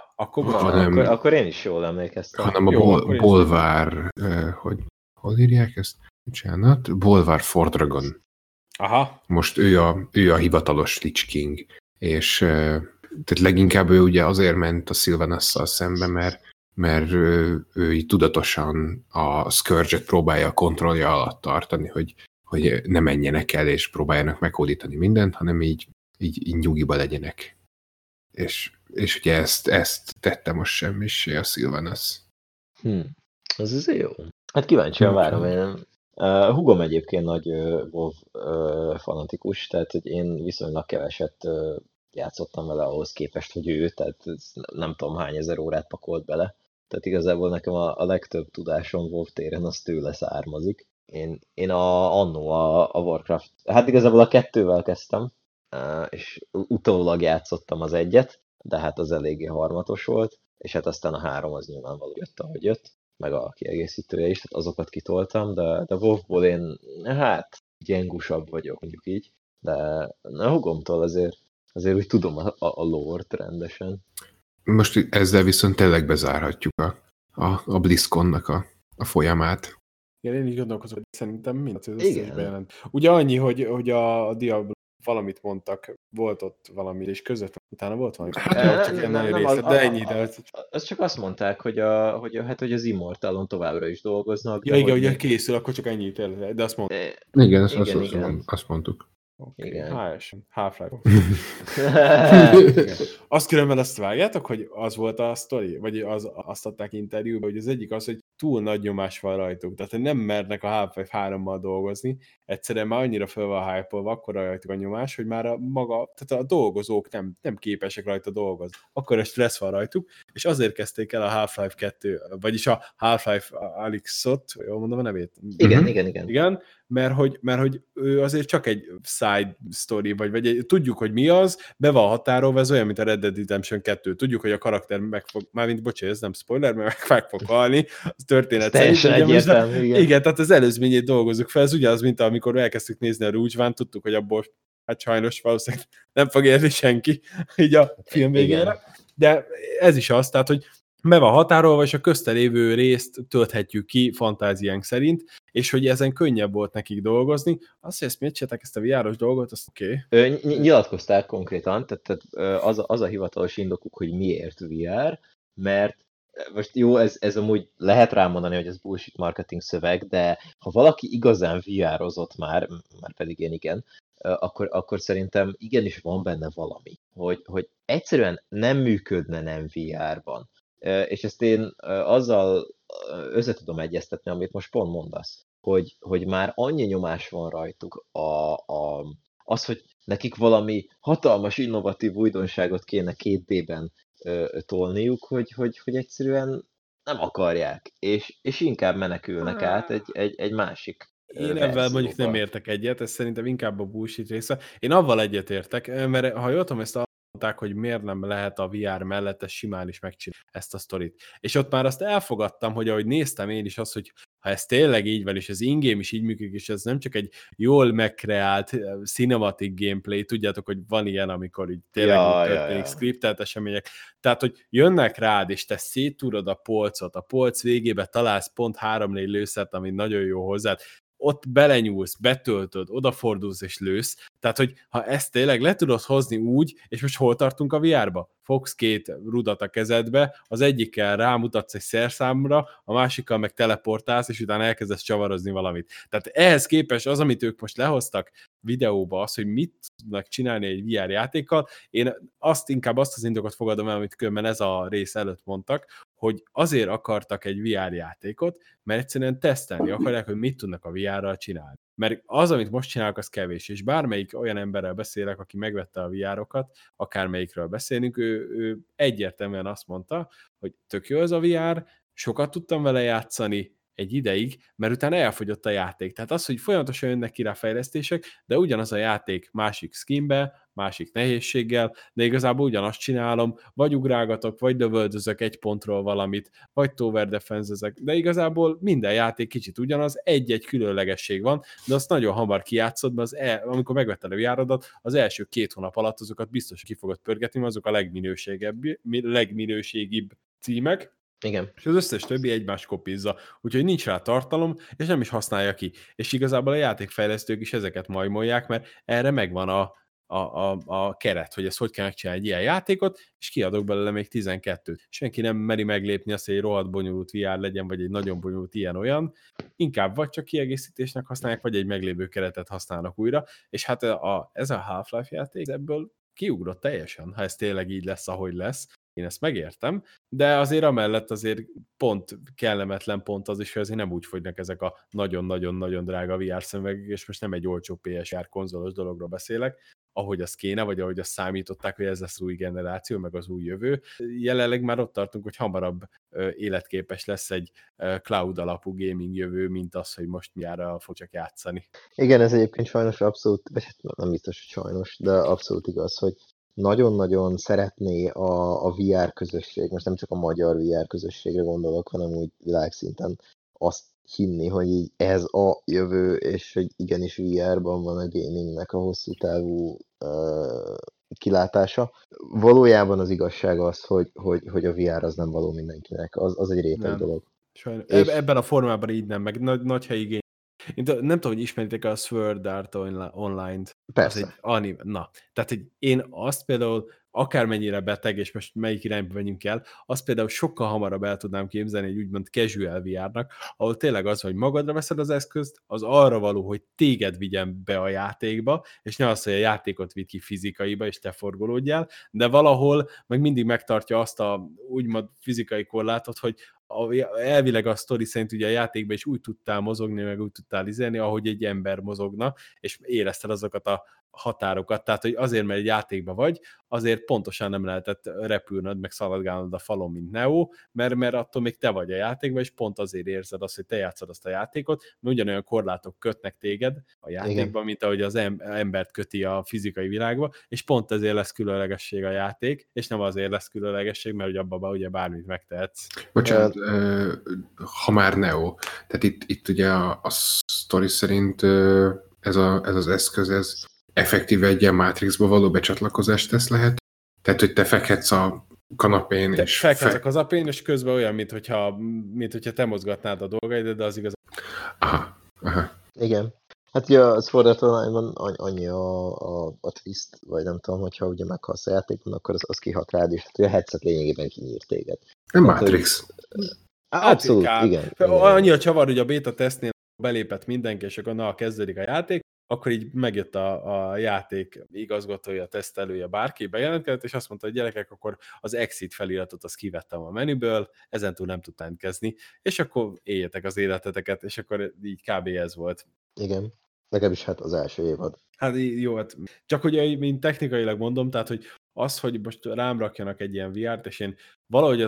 akkor én is jól emlékeztem. hanem a Bolvar, hogy hol írják ezt? Bocsánat, Bolvar Fordragon. Aha. Most ő a hivatalos Lich King, és tehát leginkább ő ugye azért ment a Sylvanasszal szembe, mert ő így tudatosan a Scourge-et próbálja a kontrollja alatt tartani, hogy ne menjenek el, és próbáljanak meghódítani mindent, hanem így nyugiba legyenek. És ugye ezt tette most semmissé a Sylvanas. Ez jó. Hát kíváncsian várom én. Hugom egyébként nagy WoW fanatikus, tehát hogy én viszonylag keveset játszottam vele ahhoz képest, hogy ő, tehát nem tudom hány ezer órát pakolt bele. Tehát igazából nekem a legtöbb tudásom WoW téren az tőle származik. Én annó a Warcraft, hát igazából a 2-vel kezdtem, és utólag játszottam az 1-et, de hát az eléggé harmatos volt, és hát aztán a 3 az nyilvánvaló jött, ahogy jött, meg a kiegészítője is, tehát azokat kitoltam, de WoW-ból én hát gyengusabb vagyok, mondjuk így, de a hugomtól azért úgy tudom a lore-t rendesen. Most ezzel viszont tényleg bezárhatjuk a BlizzConnak a folyamát. Igen, én is gondolkozom, hogy szerintem mind az összes bejelent. Ugye annyi, hogy a Diablo valamit mondtak, volt ott valami, és között utána volt valami. De ennyi. Az csak azt mondták, hogy az Immortalon továbbra is dolgoznak. Ja, igen, ugye készül, akkor csak ennyi, de azt mondták. Igen, azt mondtuk. Oké, Igen. HS, Half-Life. Igen. Azt különben azt vágjátok, hogy az volt a sztori? Vagy azt adták interjúban, hogy az egyik az, hogy túl nagy nyomás van rajtuk. Tehát, hogy nem mernek a Half-Life 3-mal dolgozni. Egyszerűen már annyira föl van hype-olva, akkor rajtuk a nyomás, hogy már tehát a dolgozók nem képesek rajta dolgozni. Akkor a stressz van rajtuk, és azért kezdték el a Half-Life 2, vagyis a Half-Life Alyx-ot, jól mondom a nevét? Igen. Igen, mert hogy ő azért csak egy side story, vagy tudjuk, hogy mi az, be van határolva, ez olyan, mint a Red Dead Redemption 2. Tudjuk, hogy a karakter ez nem spoiler, mert meg fog halni, az történet teljesen szerint. egyértelmű, igen. Igen, tehát az előzményét dolgozzuk fel, ez ugyanaz, mint amikor elkezdtük nézni a Rouge One, tudtuk, hogy abból hát sajnos valószínűleg nem fog érni senki így a film végére. Igen. De ez is az, tehát, hogy be van határolva, és a közte lévő részt tölthetjük ki fantáziánk szerint, és hogy ezen könnyebb volt nekik dolgozni. Azt, hogy ezt miért csinálták ezt a VR-os dolgot, azt oké. Nyilatkozták konkrétan, tehát az a hivatalos indokuk, hogy miért VR, mert most jó, ez amúgy lehet rámondani, hogy ez bullshit marketing szöveg, de ha valaki igazán VR-ozott már pedig én igen, akkor szerintem igenis van benne valami, hogy egyszerűen nem működne nem VR-ban. És ezt én azzal össze tudom egyeztetni, amit most pont mondasz, hogy már annyi nyomás van rajtuk, az, hogy nekik valami hatalmas, innovatív újdonságot kéne 2D-ben tolniuk, hogy egyszerűen nem akarják, és inkább menekülnek át egy másik Én ebben mondjuk nem értek egyet, ez szerintem inkább a bullshit része. Én avval egyetértek, mert ha jól tudom, ezt mondták, hogy miért nem lehet a VR mellett simán is megcsinálni ezt a sztorit. És ott már azt elfogadtam, hogy ahogy néztem én is azt, hogy ha ez tényleg így van, és az in-game is így működik, és ez nem csak egy jól megkreált cinematic gameplay, tudjátok, hogy van ilyen, amikor így tényleg történik scriptelt események, tehát, hogy jönnek rád, és te széttúrod a polcot, a polc végébe találsz pont 3-4 lőszert, ami nagyon jó hozzád, ott belenyúlsz, betöltöd, odafordulsz és lősz. Tehát, hogy ha ezt tényleg le tudod hozni úgy, és most hol tartunk a VR-ba? Fogsz 2 rudat a kezedbe, az egyikkel rámutatsz egy szerszámra, a másikkal meg teleportálsz, és utána elkezdesz csavarozni valamit. Tehát ehhez képest az, amit ők most lehoztak videóba, az, hogy mit tudnak csinálni egy VR játékkal, én inkább azt az indokot fogadom el, amit különben ez a rész előtt mondtak, hogy azért akartak egy VR játékot, mert egyszerűen tesztelni akarják, hogy mit tudnak a VR-ral csinálni. Mert az, amit most csinálnak, az kevés, és bármelyik olyan emberrel beszélek, aki megvette a VR-okat, akármelyikről beszélünk, ő egyértelműen azt mondta, hogy tök jó ez a VR, sokat tudtam vele játszani egy ideig, mert utána elfogyott a játék. Tehát az, hogy folyamatosan jönnek ki rá fejlesztések, de ugyanaz a játék másik skinbe, másik nehézséggel, de igazából ugyanazt csinálom, vagy ugrálgatok, vagy lövöldözök egy pontról valamit, vagy tower defense-ezek, de igazából minden játék kicsit ugyanaz, egy-egy különlegesség van, de azt nagyon hamar kijátszod, mert amikor megvetted a VR-odat, az első 2 hónap alatt azokat biztos ki fogod pörgetni, mert azok a legminőségibb címek, igen. És az összes többi egymás kopizza, úgyhogy nincs rá tartalom, és nem is használja ki. És igazából a játékfejlesztők is ezeket majmolják, mert erre megvan a keret, hogy ezt hogy kell megcsinálni egy ilyen játékot, és kiadok belőle még 12-t. Senki nem meri meglépni azt, hogy egy rohadt bonyolult VR legyen, vagy egy nagyon bonyolult ilyen-olyan. Inkább vagy csak kiegészítésnek használják, vagy egy meglévő keretet használnak újra, és hát ez a Half-Life játék ebből kiugrott teljesen, ha ez tényleg így lesz, ahogy lesz. Én ezt megértem, de azért amellett azért pont kellemetlen pont az is, hogy azért nem úgy fogynak ezek a nagyon-nagyon-nagyon drága VR szemüvegek, és most nem egy olcsó PSVR konzolos dologról beszélek, ahogy az kéne, vagy ahogy azt számították, hogy ez lesz új generáció, meg az új jövő. Jelenleg már ott tartunk, hogy hamarabb életképes lesz egy cloud alapú gaming jövő, mint az, hogy most miára fog csak játszani. Igen, ez egyébként sajnos abszolút, vagy nem biztos, hogy sajnos, de abszolút igaz, hogy nagyon-nagyon szeretné a VR közösség, most nem csak a magyar VR közösségre gondolok, hanem úgy világszinten azt hinni, hogy így ez a jövő, és hogy igenis VR-ban van a gamingnek a hosszú távú kilátása. Valójában az igazság az, hogy a VR az nem való mindenkinek, az egy réteg dolog. Sajnos. Ebben a formában így nem, meg nagy helyi game. Én nem tudom, hogy ismeritek a Sword Art Online-t. Persze. Az egy anime. Na, tehát én azt például akármennyire beteg, és most melyik irányba menjünk el, azt például sokkal hamarabb el tudnám képzelni egy úgymond casual VR-nak, ahol tényleg az, hogy magadra veszed az eszközt, az arra való, hogy téged vigyen be a játékba, és ne az, hogy a játékot vidd ki fizikaiba, és te forgolódjál, de valahol meg mindig megtartja azt a úgymond fizikai korlátot, hogy elvileg a sztori szerint ugye a játékban is úgy tudtál mozogni, meg úgy tudtál izélni, ahogy egy ember mozogna, és érezted azokat a határokat, tehát hogy azért, mert egy játékban vagy, azért pontosan nem lehetett repülnöd, meg szaladgálnod a falon, mint Neo, mert attól még te vagy a játékban, és pont azért érzed azt, hogy te játszod azt a játékot, mert ugyanolyan korlátok kötnek téged a játékban, igen, mint ahogy az embert köti a fizikai világba, és pont ezért lesz különlegesség a játék, és nem azért lesz különlegesség, mert ugye abban ugye bármit megtehetsz. Bocsánat, ha már Neo, tehát itt ugye a sztori szerint ez az eszköz, ez effektíve egy ilyen Matrixba való becsatlakozást tesz lehet? Tehát, hogy te fekhetsz a kanapén, és... Fekhetsz a kanapén, és közben olyan, mint hogyha te mozgatnád a dolgaid, de az igaz. Aha. Igen. Hát ugye a Sword Art Online-ban annyi a twist, vagy nem tudom, hogyha ugye meghalsz a játékon, akkor az kihat rád, és hát a headset lényegében kinyír téged. Nem Matrix. Abszolút, igen. Annyi a csavar, hogy a beta tesztnél belépett mindenki, és akkor na, kezdődik a játék, akkor így megjött a játék igazgatója, tesztelője, bárki bejelentkezett, és azt mondta, hogy gyerekek, akkor az exit feliratot azt kivettem a menüből, ezentúl nem tudtam jelentkezni, és akkor éljetek az életeteket, és akkor így kb. Ez volt. Igen, legalábbis hát az első évad. Hát jó, hát csak hogy én technikailag mondom, tehát, hogy az, hogy most rám rakjanak egy ilyen VR-t, és én valahogy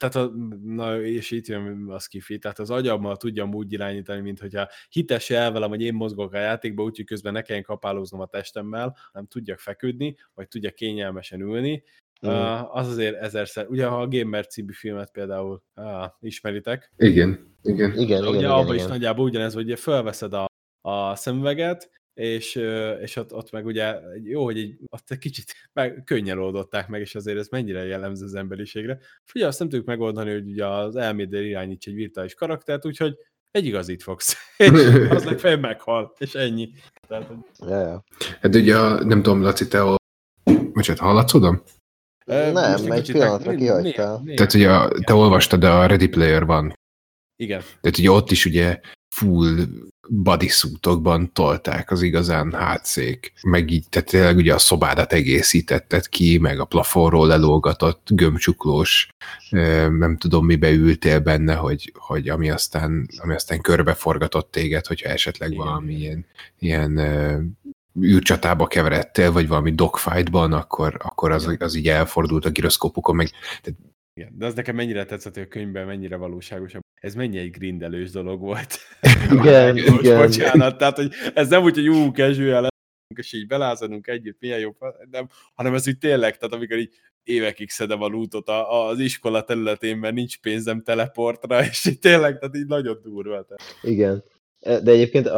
és itt jön a skifi, tehát az agyammal tudjam úgy irányítani, mint hogyha hites el velem, hogy én mozgok a játékba, úgyhogy közben ne kelljen kapálóznom a testemmel, nem tudjak feküdni, vagy tudjak kényelmesen ülni. Az azért ezerszer, ugye ha a Gamer című filmet például ismeritek. Igen. Ugye abban is nagyjából ugyanez, hogy felveszed a szemüveget, és ott meg ugye jó, hogy ott egy kicsit könnyen oldották meg, és azért ez mennyire jellemző az emberiségre. Figyelj, azt nem tudjuk megoldani, hogy ugye az elméddel irányíts egy virtuális karaktert, úgyhogy egy igazit fogsz. És az legfeljebb meghal, és ennyi. Tehát, Hát ugye, nem tudom, Laci, te hallatszódom? Nem, egy pillanatra kihagytál. Tehát ugye te olvastad a Ready Player One. Igen. Tehát ugye ott is ugye full bodysuitokban tolták az igazán hátszék, meg így, tehát tényleg ugye a szobádat egészítetted ki, meg a plafonról lelógatott gömbcsuklós, nem tudom mibe ültél benne, hogy ami aztán körbeforgatott téged, hogyha esetleg igen, valami ilyen űrcsatába keveredtél, vagy valami dogfightban, akkor az így elfordult a giroszkópukon, meg... Igen, de az nekem mennyire tetszett, hogy a könyvben mennyire valóságosabb. Ez mennyi egy grindelős dolog volt. Igen. Bocsánat, tehát hogy ez nem úgy, hogy casual és így belázadunk együtt, milyen jobb, nem, hanem ez úgy tényleg, tehát amikor így évekig szedem a lootot az iskola területén, mert nincs pénzem teleportra, és így tényleg, tehát így nagyon durva. Igen, de egyébként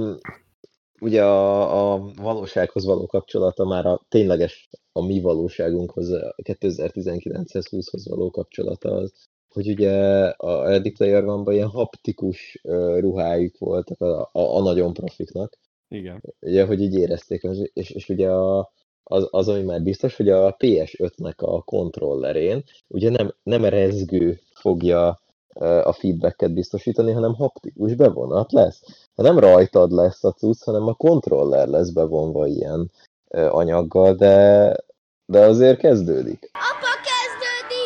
ugye a valósághoz való kapcsolata már tényleges a mi valóságunkhoz, a 2019-hez 20-hoz való kapcsolata az, hogy ugye a Ready Player One-ban ilyen haptikus ruhájuk voltak a nagyon profiknak. Igen. Ugye, hogy így érezték, és ugye az, ami már biztos, hogy a PS5-nek a kontrollerén ugye nem rezgő fogja a feedbacket biztosítani, hanem haptikus bevonat lesz. Ha nem rajtad lesz a cucc, hanem a kontroller lesz bevonva ilyen anyaggal, de azért kezdődik. Apa, kezdődik!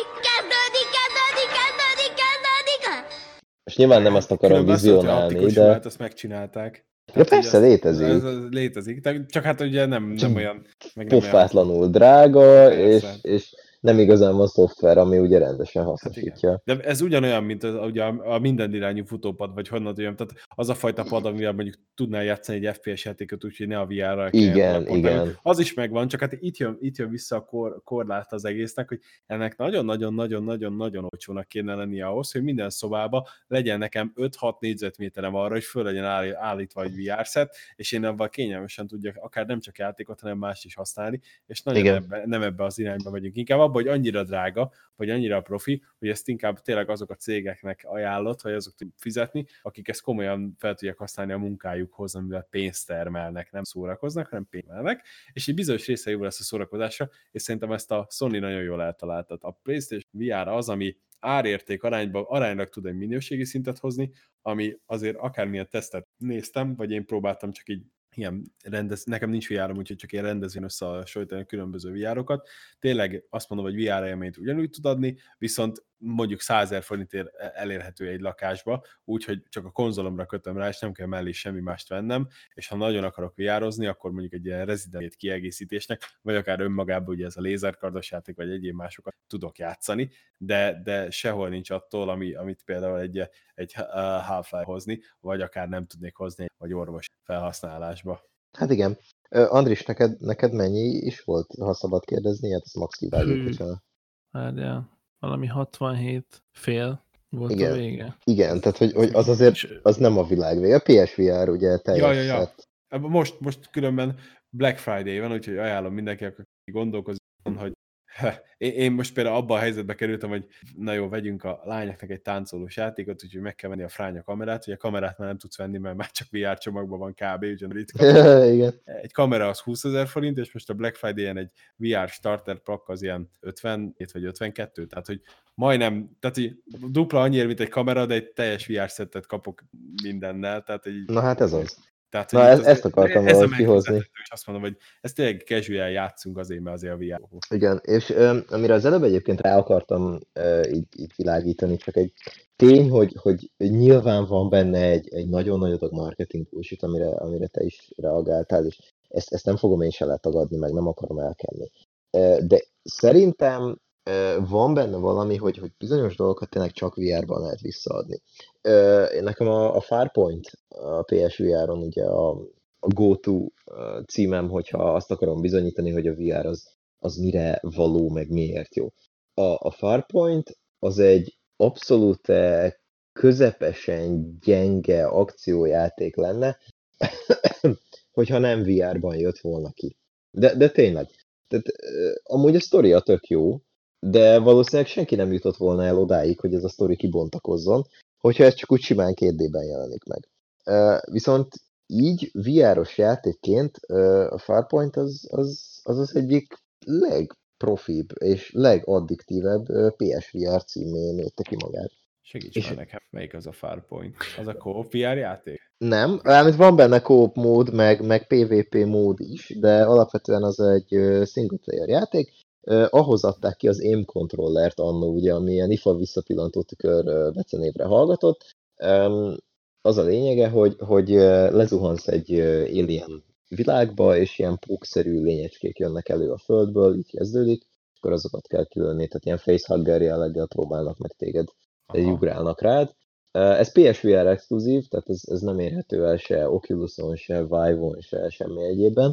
És nyilván nem ezt akarom vizionálni, de... Ruhát, azt megcsinálták. Ja, persze, létezik. Ez létezik, csak hát ugye nem olyan... Pofátlanul drága, és nem igazán van szoftver, ami ugye rendesen hasznosítja. Hát de ez ugyanolyan, mint ugye a minden irányú futópad, vagy honnan olyan, tehát az a fajta pad, amivel mondjuk tudnál játszani egy FPS játékot, úgyhogy ne a VR-ra Igen. Az is megvan, csak hát itt jön vissza a korlát az egésznek, hogy ennek nagyon-nagyon-nagyon-nagyon-nagyon olcsónak kéne lennie ahhoz, hogy minden szobába legyen nekem 5-6 négyzetméterem arra, hogy föl legyen állítva egy VR-szet, és én abban kényelmesen tudjak akár nem csak játékot, hanem mást is használni, és nagyon nem ebbe az irányba megyünk. Inkább abban, hogy annyira drága, vagy annyira profi, hogy ezt inkább tényleg azok a cégeknek ajánlott, vagy azok tudják fizetni, akik ezt komolyan fel tudják használni a munkájukhoz, amivel pénzt termelnek, nem szórakoznak, hanem pénzt termelnek, és egy bizonyos része jó lesz a szórakozásra, és szerintem ezt a Sony nagyon jól eltalálta. A PlayStation VR az, ami árérték aránylag tud egy minőségi szintet hozni, ami azért akármilyen tesztet néztem, vagy én próbáltam csak így ilyen nekem nincs VR-om, úgyhogy csak ilyen rendezvén összehasonlítani a különböző VR-okat. Tényleg azt mondom, hogy VR élményt ugyanúgy tud adni, viszont mondjuk 100 000 forintért elérhető egy lakásba, úgyhogy csak a konzolomra kötöm rá, és nem kell mellé semmi mást vennem, és ha nagyon akarok VR-ozni, akkor mondjuk egy ilyen Resident kiegészítésnek, vagy akár önmagában ugye ez a lézerkardos játék, vagy egyéb másokat tudok játszani, de sehol nincs attól, amit például egy Half-Life hozni, vagy akár nem tudnék hozni, vagy orvos felhasználásba. Hát igen. Andris, neked mennyi is volt, ha szabad kérdezni? Hát ezt max kivágjuk, hogyha... Várjál, valami 67 fél volt igen. a vége. Igen, tehát hogy az azért, az nem a világ vége. A PSVR ugye teljes szett. Most különben Black Friday van, úgyhogy ajánlom mindenkinek, aki gondolkozik, hogy én most például abban a helyzetbe kerültem, hogy na jó, vegyünk a lányoknak egy táncolós játékot, úgyhogy meg kell venni a fránya kamerát, hogy a kamerát már nem tudsz venni, mert már csak VR csomagban van kb. Úgyhogy ritka. Igen. Egy kamera az 20 000 forint, és most a Black Friday-en egy VR starter pack az ilyen 57 vagy 52, tehát hogy majdnem, tehát így dupla annyiért, mint egy kamera, de egy teljes VR szettet kapok mindennel. Tehát így, na hát ez az. Tehát, na ezt akartam valahogy kihozni. És azt mondom, hogy ezt tényleg casual játszunk azért, mert azért a VR. Igen, és amire az előbb egyébként rá akartam így világítani, csak egy tény, hogy nyilván van benne egy nagyon nagy adag marketing bullshit, amire te is reagáltál, és ezt nem fogom én se letagadni, meg nem akarom elkenni. De szerintem van benne valami, hogy bizonyos dolgokat tényleg csak VR-ban lehet visszaadni. Nekem a Farpoint a PSVR-on ugye a go-to címem, hogyha azt akarom bizonyítani, hogy a VR az mire való, meg miért jó. A Farpoint az egy abszolút közepesen gyenge akciójáték lenne, hogyha nem VR-ban jött volna ki. De tényleg. Tehát, amúgy a sztoria tök jó, de valószínűleg senki nem jutott volna el odáig, hogy ez a sztori kibontakozzon, hogyha ez csak úgy simán 2D-ben jelenik meg. Viszont így VR-os játékként a Farpoint az egyik legprofibb és legaddiktívebb PSVR címén nőtte ki magát. Segíts már nekem, melyik az a Farpoint? Az a co-op VR játék? Nem, amit van benne co-op mód, meg PvP mód is, de alapvetően az egy single player játék. Ahhoz adták ki az aim controllert annó, ugye, ami ilyen IFA visszapillantó tükör becenévre hallgatott. Az a lényege, hogy lezuhansz egy alien világba, és ilyen pókszerű lényecskék jönnek elő a földből, így kezdődik, és akkor azokat kell kilőni, tehát ilyen facehugger jelleggel próbálnak meg téged, ugrálnak rád. Ez PSVR exkluzív, tehát ez nem érhető el se Oculuson, se Vive-on, se semmi egyébben.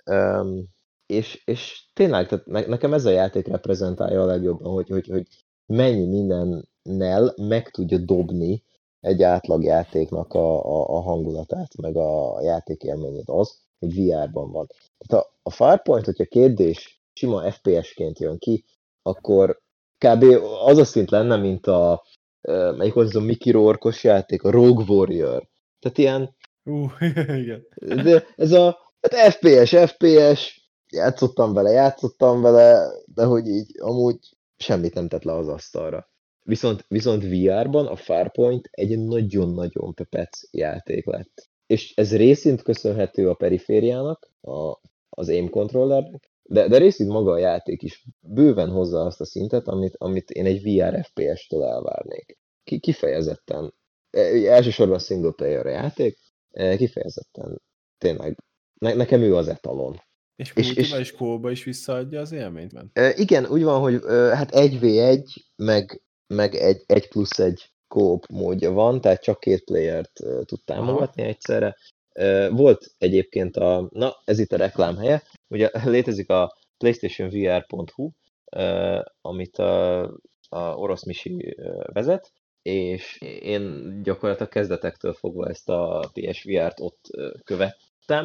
És tényleg, tehát nekem ez a játék reprezentálja a legjobban, hogy mennyi mindennel meg tudja dobni egy átlagjátéknak a hangulatát, meg a játékélményét az, hogy VR-ban van. Tehát a Farpoint, hogyha 2D-s sima FPS-ként jön ki, akkor kb. Az a szint lenne, mint melyik volt ez a Mickey Rourke-os játék, a Rogue Warrior. Tehát ilyen... igen. De ez hát FPS, játszottam vele, de hogy így amúgy semmit nem tett le az asztalra. Viszont VR-ban a Farpoint egy nagyon-nagyon pepec játék lett. És ez részint köszönhető a perifériának, az aim controllernek, de részint maga a játék is bőven hozza azt a szintet, amit én egy VR FPS-től elvárnék. Kifejezetten, elsősorban single player játék, kifejezetten tényleg, nekem ő az etalon. És multiba és co-ba is visszaadja az élményt? Igen, úgy van, hogy hát 1v1, meg egy 1+1 co-op módja van, tehát csak 2 playert tud támogatni egyszerre. Volt egyébként ez itt a reklám helye, ugye létezik a PlayStationVR.hu, amit a orosz Misi vezet, és én gyakorlatilag kezdetektől fogva ezt a PSVR-t ott követtem,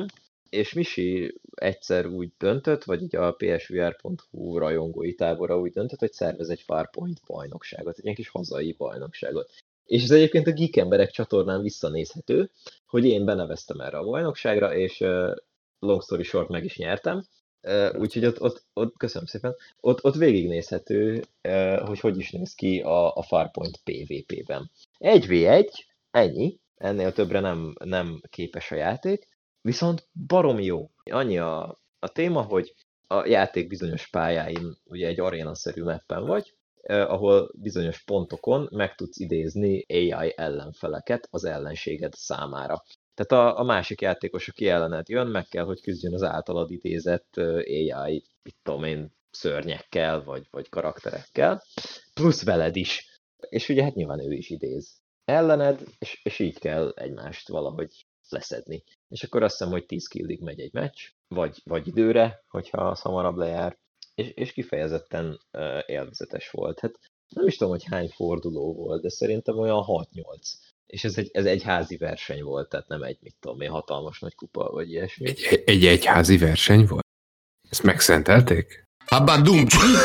és Misi egyszer úgy döntött, vagy így a psvr.hu rajongói tábora úgy döntött, hogy szervez egy Farpoint bajnokságot, egy ilyen kis hazai bajnokságot. És ez egyébként a Geek Emberek csatornán visszanézhető, hogy én beneveztem erre a bajnokságra, és long story short meg is nyertem. Úgyhogy ott köszönöm szépen, ott végignézhető, hogy is néz ki a Farpoint PvP-ben. 1v1, ennyi, ennél többre nem képes a játék, viszont baromi jó. Annyi a téma, hogy a játék bizonyos pályáin, ugye egy arénaszerű mappen vagy, ahol bizonyos pontokon meg tudsz idézni AI ellenfeleket az ellenséged számára. Tehát a másik játékos, aki ellened jön, meg kell, hogy küzdjön az általad idézett AI, mit tudom én, szörnyekkel, vagy karakterekkel, plusz veled is. És ugye hát nyilván ő is idéz ellened, és így kell egymást valahogy leszedni. És akkor azt hiszem, hogy 10 killig megy egy meccs, vagy időre, hogyha az hamarabb lejár, és kifejezetten élvezetes volt. Hát nem is tudom, hogy hány forduló volt, de szerintem olyan 6-8. És ez egy házi verseny volt, tehát nem egy, mit tudom én, hatalmas nagy kupa, vagy ilyesmi. Egy egyházi verseny volt? Ezt megszentelték? Habadum!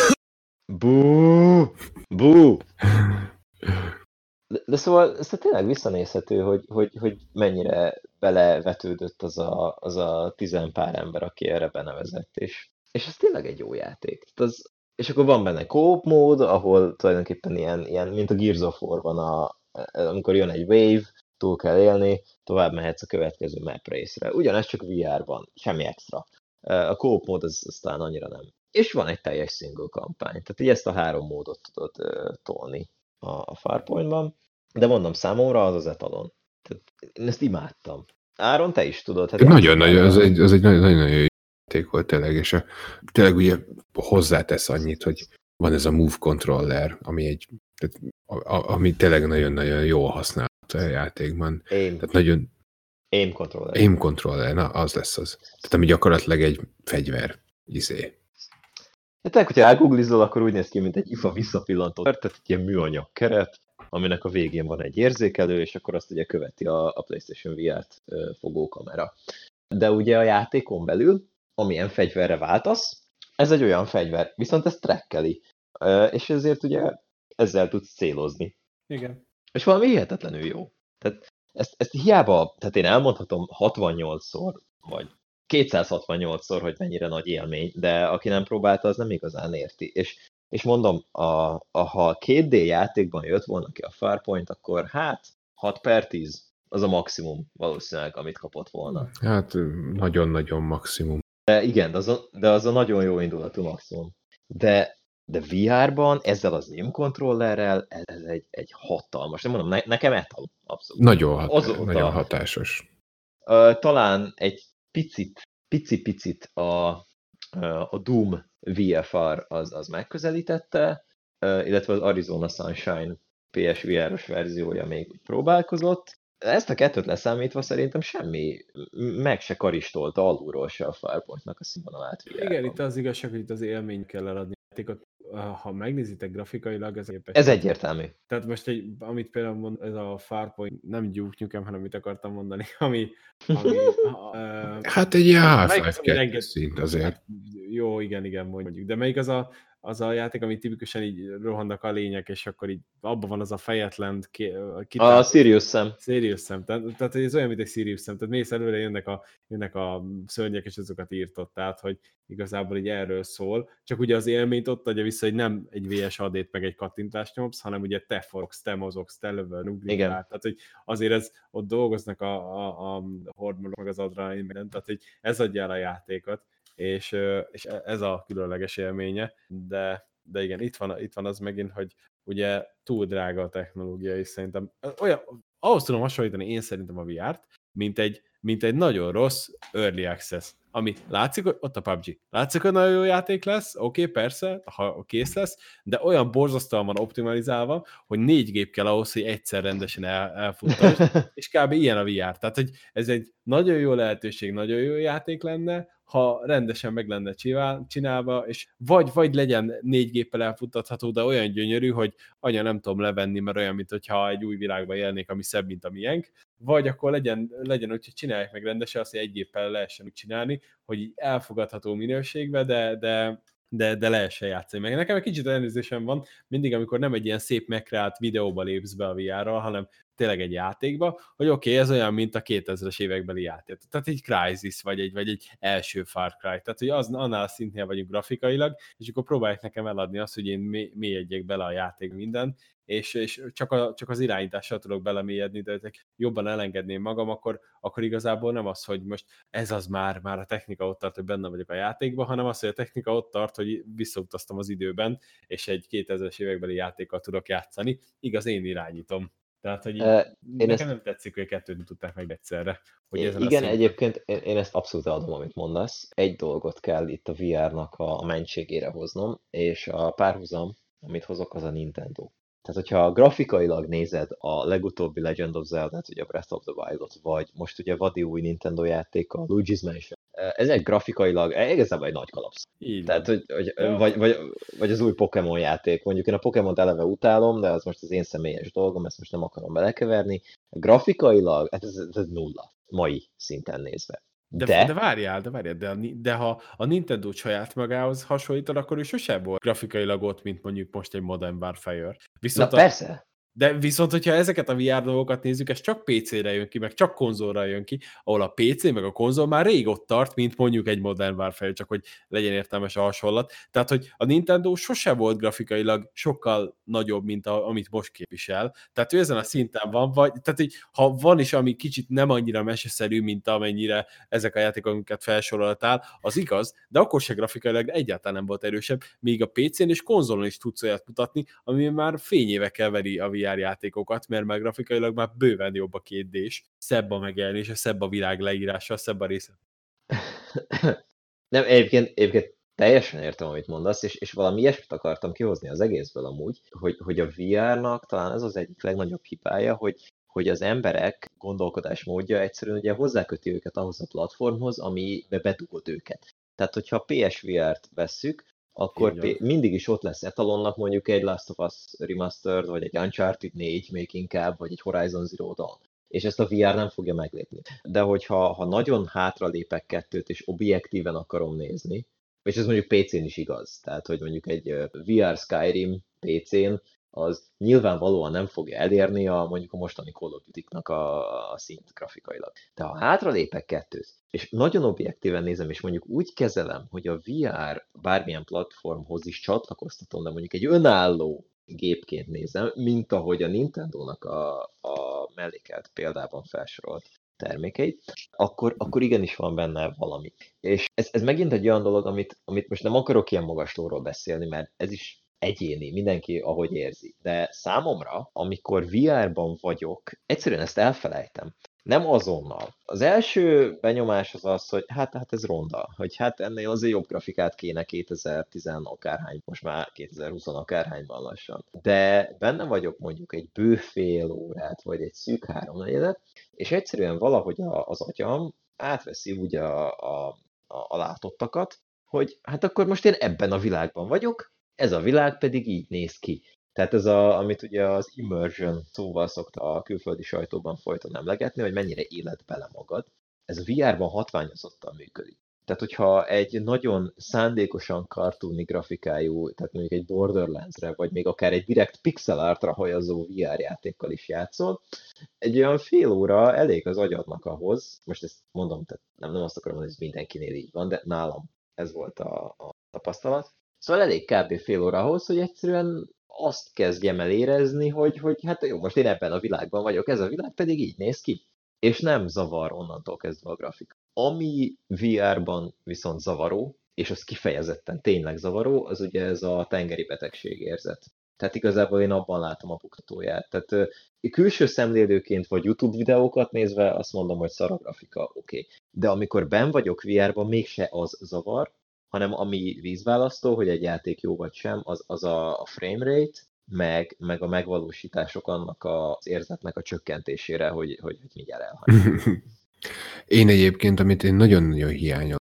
Bú! Bú! De szóval tényleg visszanézhető, hogy mennyire belevetődött az a 10 pár ember, aki erre benevezett, és ez tényleg egy jó játék. És akkor van benne co-op mód, ahol tulajdonképpen ilyen mint a Gears of War van, amikor jön egy wave, túl kell élni, tovább mehetsz a következő map race-re. Ugyanez csak VR-ban, semmi extra. A co-op mód az talán annyira nem. És van egy teljes single kampány, tehát így ezt a 3 módot tudod tolni a Farpointban. De mondom, számomra az etalon. Tehát én ezt imádtam. Áron, te is tudod. Hát nagyon-nagyon, az egy nagyon-nagyon jó játék volt tényleg, és tényleg ugye hozzátesz annyit, hogy van ez a Move Controller, ami tényleg nagyon-nagyon jól használt a játékban. Tehát nagyon... Aim Controller. Aim Controller, na az lesz az. Tehát ami gyakorlatilag egy fegyver Hát hogyha elgooglizol, akkor úgy néz ki, mint egy IFA visszapillantó. Tehát egy ilyen műanyag keret, aminek a végén van egy érzékelő, és akkor azt ugye követi a PlayStation VR-t fogókamera. De ugye a játékon belül, amilyen fegyverre váltasz, ez egy olyan fegyver, viszont ez trackeli. És ezért ugye ezzel tudsz célozni. Igen. És valami hihetetlenül jó. Tehát ezt hiába, tehát én elmondhatom 68-szor, vagy 268-szor, hogy mennyire nagy élmény, de aki nem próbálta, az nem igazán érti. És mondom, ha 2D játékban jött volna ki a Farpoint, akkor 6/10 az a maximum valószínűleg, amit kapott volna. Hát nagyon-nagyon maximum. De igen, de az a nagyon jó indulatú maximum. De VR-ban ezzel az aim controllerrel ez egy hatalmas, nem mondom, nekem etalon, abszolút. Nagyon hatásos. Talán egy picit a Doom VFR az megközelítette, illetve az Arizona Sunshine PSVR-os verziója még úgy próbálkozott. Ezt a kettőt leszámítva szerintem semmi meg se karistolta alulról se a Farpointnak a színvonalát VR-ban. Igen, itt az igazság, hogy itt az élmény kell eladni a játékot. Ha megnézitek grafikailag, ez egyértelmű. Tehát most amit például mond, ez a Farpoint, nem Duke Nukem, hanem mit akartam mondani, hát egy ilyen Half-Life 2 szint azért. Jó, igen, mondjuk. De melyik az a játék, ami tipikusan így rohannak a lények, és akkor így abban van az a fejetlen a Sirius Sam. Sirius Sam. Tehát ez olyan, mint egy Sirius Sam. Tehát mész előre, jönnek a szörnyek, és azokat írtott. Tehát, hogy igazából így erről szól. Csak ugye az élményt ott adja vissza, hogy nem egy VSAD-t meg egy kattintást nyomsz, hanem ugye te forogsz, te mozogsz, te lövöl, ugrik rá. Tehát, hogy azért ott dolgoznak a hormonok, meg az adrenalin, tehát, hogy ez adja el a játékot. És ez a különleges élménye, de igen, itt van az megint, hogy ugye túl drága a technológia, és szerintem ahhoz tudom hasonlítani én szerintem a VR-t, mint egy nagyon rossz early access, ami látszik, hogy ott a PUBG. Látszik, hogy nagyon jó játék lesz, oké, persze, ha kész lesz, de olyan borzasztóan van optimalizálva, hogy 4 gép kell ahhoz, hogy egyszer rendesen elfuttasd, és kb. Ilyen a VR. Tehát, hogy ez egy nagyon jó lehetőség, nagyon jó játék lenne, ha rendesen meg lenne csinálva, és vagy legyen 4 géppel elfuttatható, de olyan gyönyörű, hogy anya nem tudom levenni, mert olyan, mint hogyha egy új világban élnék, ami szebb, mint a miénk, vagy akkor legyen úgy, hogy csinálják meg rendesen, azt, hogy egy géppel lehessen úgy csinálni, hogy így elfogadható minőségbe, de lehessen játszani meg. Nekem egy kicsit elnézésem van, mindig, amikor nem egy ilyen szép megkreált videóba lépsz be a VR-ral, hanem tényleg egy játékba, hogy oké, ez olyan, mint a 2000-es évekbeli játék. Tehát egy Crysis, vagy egy első Far Cry. Tehát, hogy annál szintnél vagyunk grafikailag, és akkor próbálják nekem eladni azt, hogy én mélyedjek bele a játék minden, és csak az irányítással tudok belemélyedni, de jobban elengedném magam, akkor igazából nem az, hogy most ez az már a technika ott tart, hogy benne vagyok a játékban, hanem az, hogy a technika ott tart, hogy visszautaztam az időben, és egy 2000-es évekbeli játékkal tudok játszani. Igaz, én irányítom. Tehát, hogy nekem nem tetszik, hogy a kettőt tudták meg egyszerre. Hogy igen, egyébként én ezt abszolút adom, amit mondasz. Egy dolgot kell itt a VR-nak a mentségére hoznom, és a párhuzam, amit hozok, az a Nintendo. Tehát, hogyha grafikailag nézed a legutóbbi Legend of Zelda-t, ugye a Breath of the Wild-ot, vagy most ugye vadi új Nintendo játék, a Luigi's Mansion, ezek grafikailag igazából egy nagy kalapsz. Tehát, vagy az új Pokémon játék. Mondjuk én a Pokémont eleve utálom, de az most az én személyes dolgom, ezt most nem akarom belekeverni. Grafikailag ez nulla, mai szinten nézve. De várjál, de ha a Nintendo saját magához hasonlítod, akkor ő sosem volt grafikailag ott, mint mondjuk most egy Modern Warfare. Viszont persze. De viszont, hogyha ezeket a VR dolgokat nézzük, ez csak PC-re jön ki, meg csak konzolra jön ki, ahol a PC meg a konzol már rég ott tart, mint mondjuk egy Modern Warfare, csak hogy legyen értelmes a hasonlat. Tehát, hogy a Nintendo sose volt grafikailag sokkal nagyobb, mint amit most képvisel. Tehát ő ezen a szinten van, tehát, hogy ha van is, ami kicsit nem annyira meseszerű, mint amennyire ezek a játékok, amiket felsoroltál, az igaz, de akkor se grafikailag egyáltalán nem volt erősebb, míg a PC-n és konzolon is tudsz olyat mutatni, ami már fényévekkel veri a VR játékokat, mert már grafikailag már bőven jobb a 2D-s, szebb a megjelenése, szebb a világ leírása, szebb a része. Nem, egyébként teljesen értem, amit mondasz, és valami ilyesmit akartam kihozni az egészből amúgy, hogy a VR-nak talán ez az egyik legnagyobb hibája, hogy az emberek gondolkodásmódja egyszerűen ugye hozzáköti őket ahhoz a platformhoz, amibe bedugod őket. Tehát, hogyha a PSVR-t vesszük, akkor mindig is ott lesz etalonnak mondjuk egy Last of Us Remastered, vagy egy Uncharted 4 még inkább, vagy egy Horizon Zero Dawn. És ezt a VR nem fogja meglépni. De hogyha nagyon hátralépek kettőt, és objektíven akarom nézni, és ez mondjuk PC-n is igaz, tehát hogy mondjuk egy VR Skyrim PC-n, az nyilvánvalóan nem fogja elérni mondjuk a mostani Call of Duty-nak a szint grafikailag. De ha hátralépek kettőt, és nagyon objektíven nézem, és mondjuk úgy kezelem, hogy a VR bármilyen platformhoz is csatlakoztatom, de mondjuk egy önálló gépként nézem, mint ahogy a Nintendo-nak a mellékelt példában felsorolt termékeit, akkor igenis van benne valami. És ez megint egy olyan dolog, amit most nem akarok ilyen magaslóról beszélni, mert ez is egyéni, mindenki ahogy érzi. De számomra, amikor VR-ban vagyok, egyszerűen ezt elfelejtem. Nem azonnal. Az első benyomás az, hogy hát ez ronda, hogy hát ennél azért jobb grafikát kéne 2010 akárhány, most már 2020 akárhányban lassan. De benne vagyok mondjuk egy bő fél órát, vagy egy szűk 3-4-et, és egyszerűen valahogy az agyam átveszi ugye a látottakat, hogy hát akkor most én ebben a világban vagyok, ez a világ pedig így néz ki. Tehát ez amit ugye az immersion szóval szokta a külföldi sajtóban folyton emlegetni, hogy mennyire éled bele magad, ez a VR-ban hatványozottan működik. Tehát, hogyha egy nagyon szándékosan cartooni grafikájú, tehát mondjuk egy Borderlands-re, vagy még akár egy direkt pixel artra hajazó VR játékkal is játszol, egy olyan fél óra elég az agyadnak ahhoz, most ezt mondom, tehát nem azt akarom, hogy ez mindenkinél így van, de nálam ez volt a tapasztalat. Szóval elég kb. Fél óra ahhoz, hogy egyszerűen azt kezdjem el érezni, hogy hát jó, most én ebben a világban vagyok, ez a világ pedig így néz ki. És nem zavar onnantól kezdve a grafika. Ami VR-ban viszont zavaró, és az kifejezetten tényleg zavaró, az ugye ez a tengeri betegség érzet. Tehát igazából én abban látom a buktatóját. Tehát külső szemlélőként vagy YouTube videókat nézve azt mondom, hogy szar a grafika, oké. De amikor benn vagyok VR-ban, mégse az zavar, hanem ami vízválasztó, hogy egy játék jó vagy sem, az a framerate, meg a megvalósítások annak az érzetnek a csökkentésére, hogy mindjárt elhagyjuk. Én egyébként, amit én nagyon-nagyon hiányolom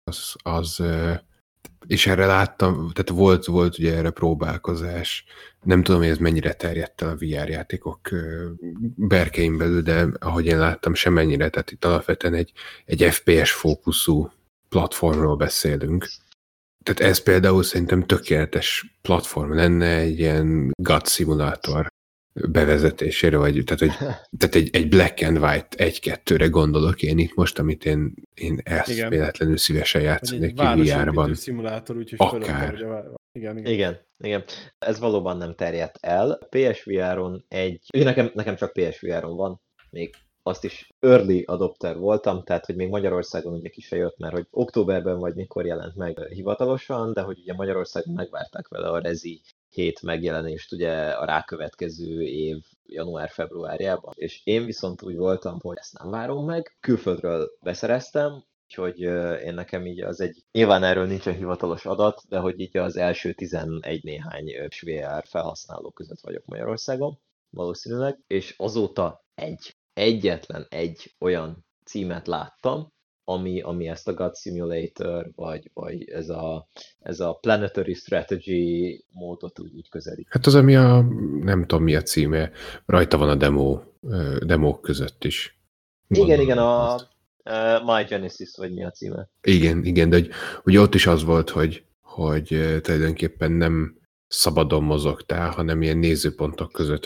az és erre láttam, tehát volt ugye erre próbálkozás. Nem tudom, hogy ez mennyire terjedt el a VR játékok berkein belül, de ahogy én láttam, semennyire, tehát itt alapvetően egy FPS fókuszú platformról beszélünk. Tehát ez például szerintem tökéletes platform lenne egy ilyen God Simulator bevezetésére, vagy tehát egy Black and White 1-2-re gondolok én itt most, amit én ezt véletlenül szívesen játszanék ki VR-ban. Szimulátor, úgyhogy akár. Igen. Ez valóban nem terjedt el. PSVR-on nekem csak PSVR-on van, még azt is early adopter voltam, tehát hogy még Magyarországon ugye ki se jött, mert hogy októberben vagy mikor jelent meg hivatalosan, de hogy ugye Magyarországon megvárták vele a Rezi 7 megjelenést ugye a rákövetkező év január-februárjában. És én viszont úgy voltam, hogy ezt nem várom meg. Külföldről beszereztem, úgyhogy én nekem így nyilván erről nincsen hivatalos adat, de hogy így az első 11 néhány VR felhasználó között vagyok Magyarországon, valószínűleg, és azóta egyetlen egy olyan címet láttam, ami ezt a God Simulator, vagy ez a Planetary Strategy módot úgy közelít. Hát az, ami nem tudom mi a címe, rajta van a demók között is. Igen, a My Genesis, vagy mi a címe. Igen, de hogy ott is az volt, hogy tulajdonképpen nem szabadon mozogtál, hanem ilyen nézőpontok között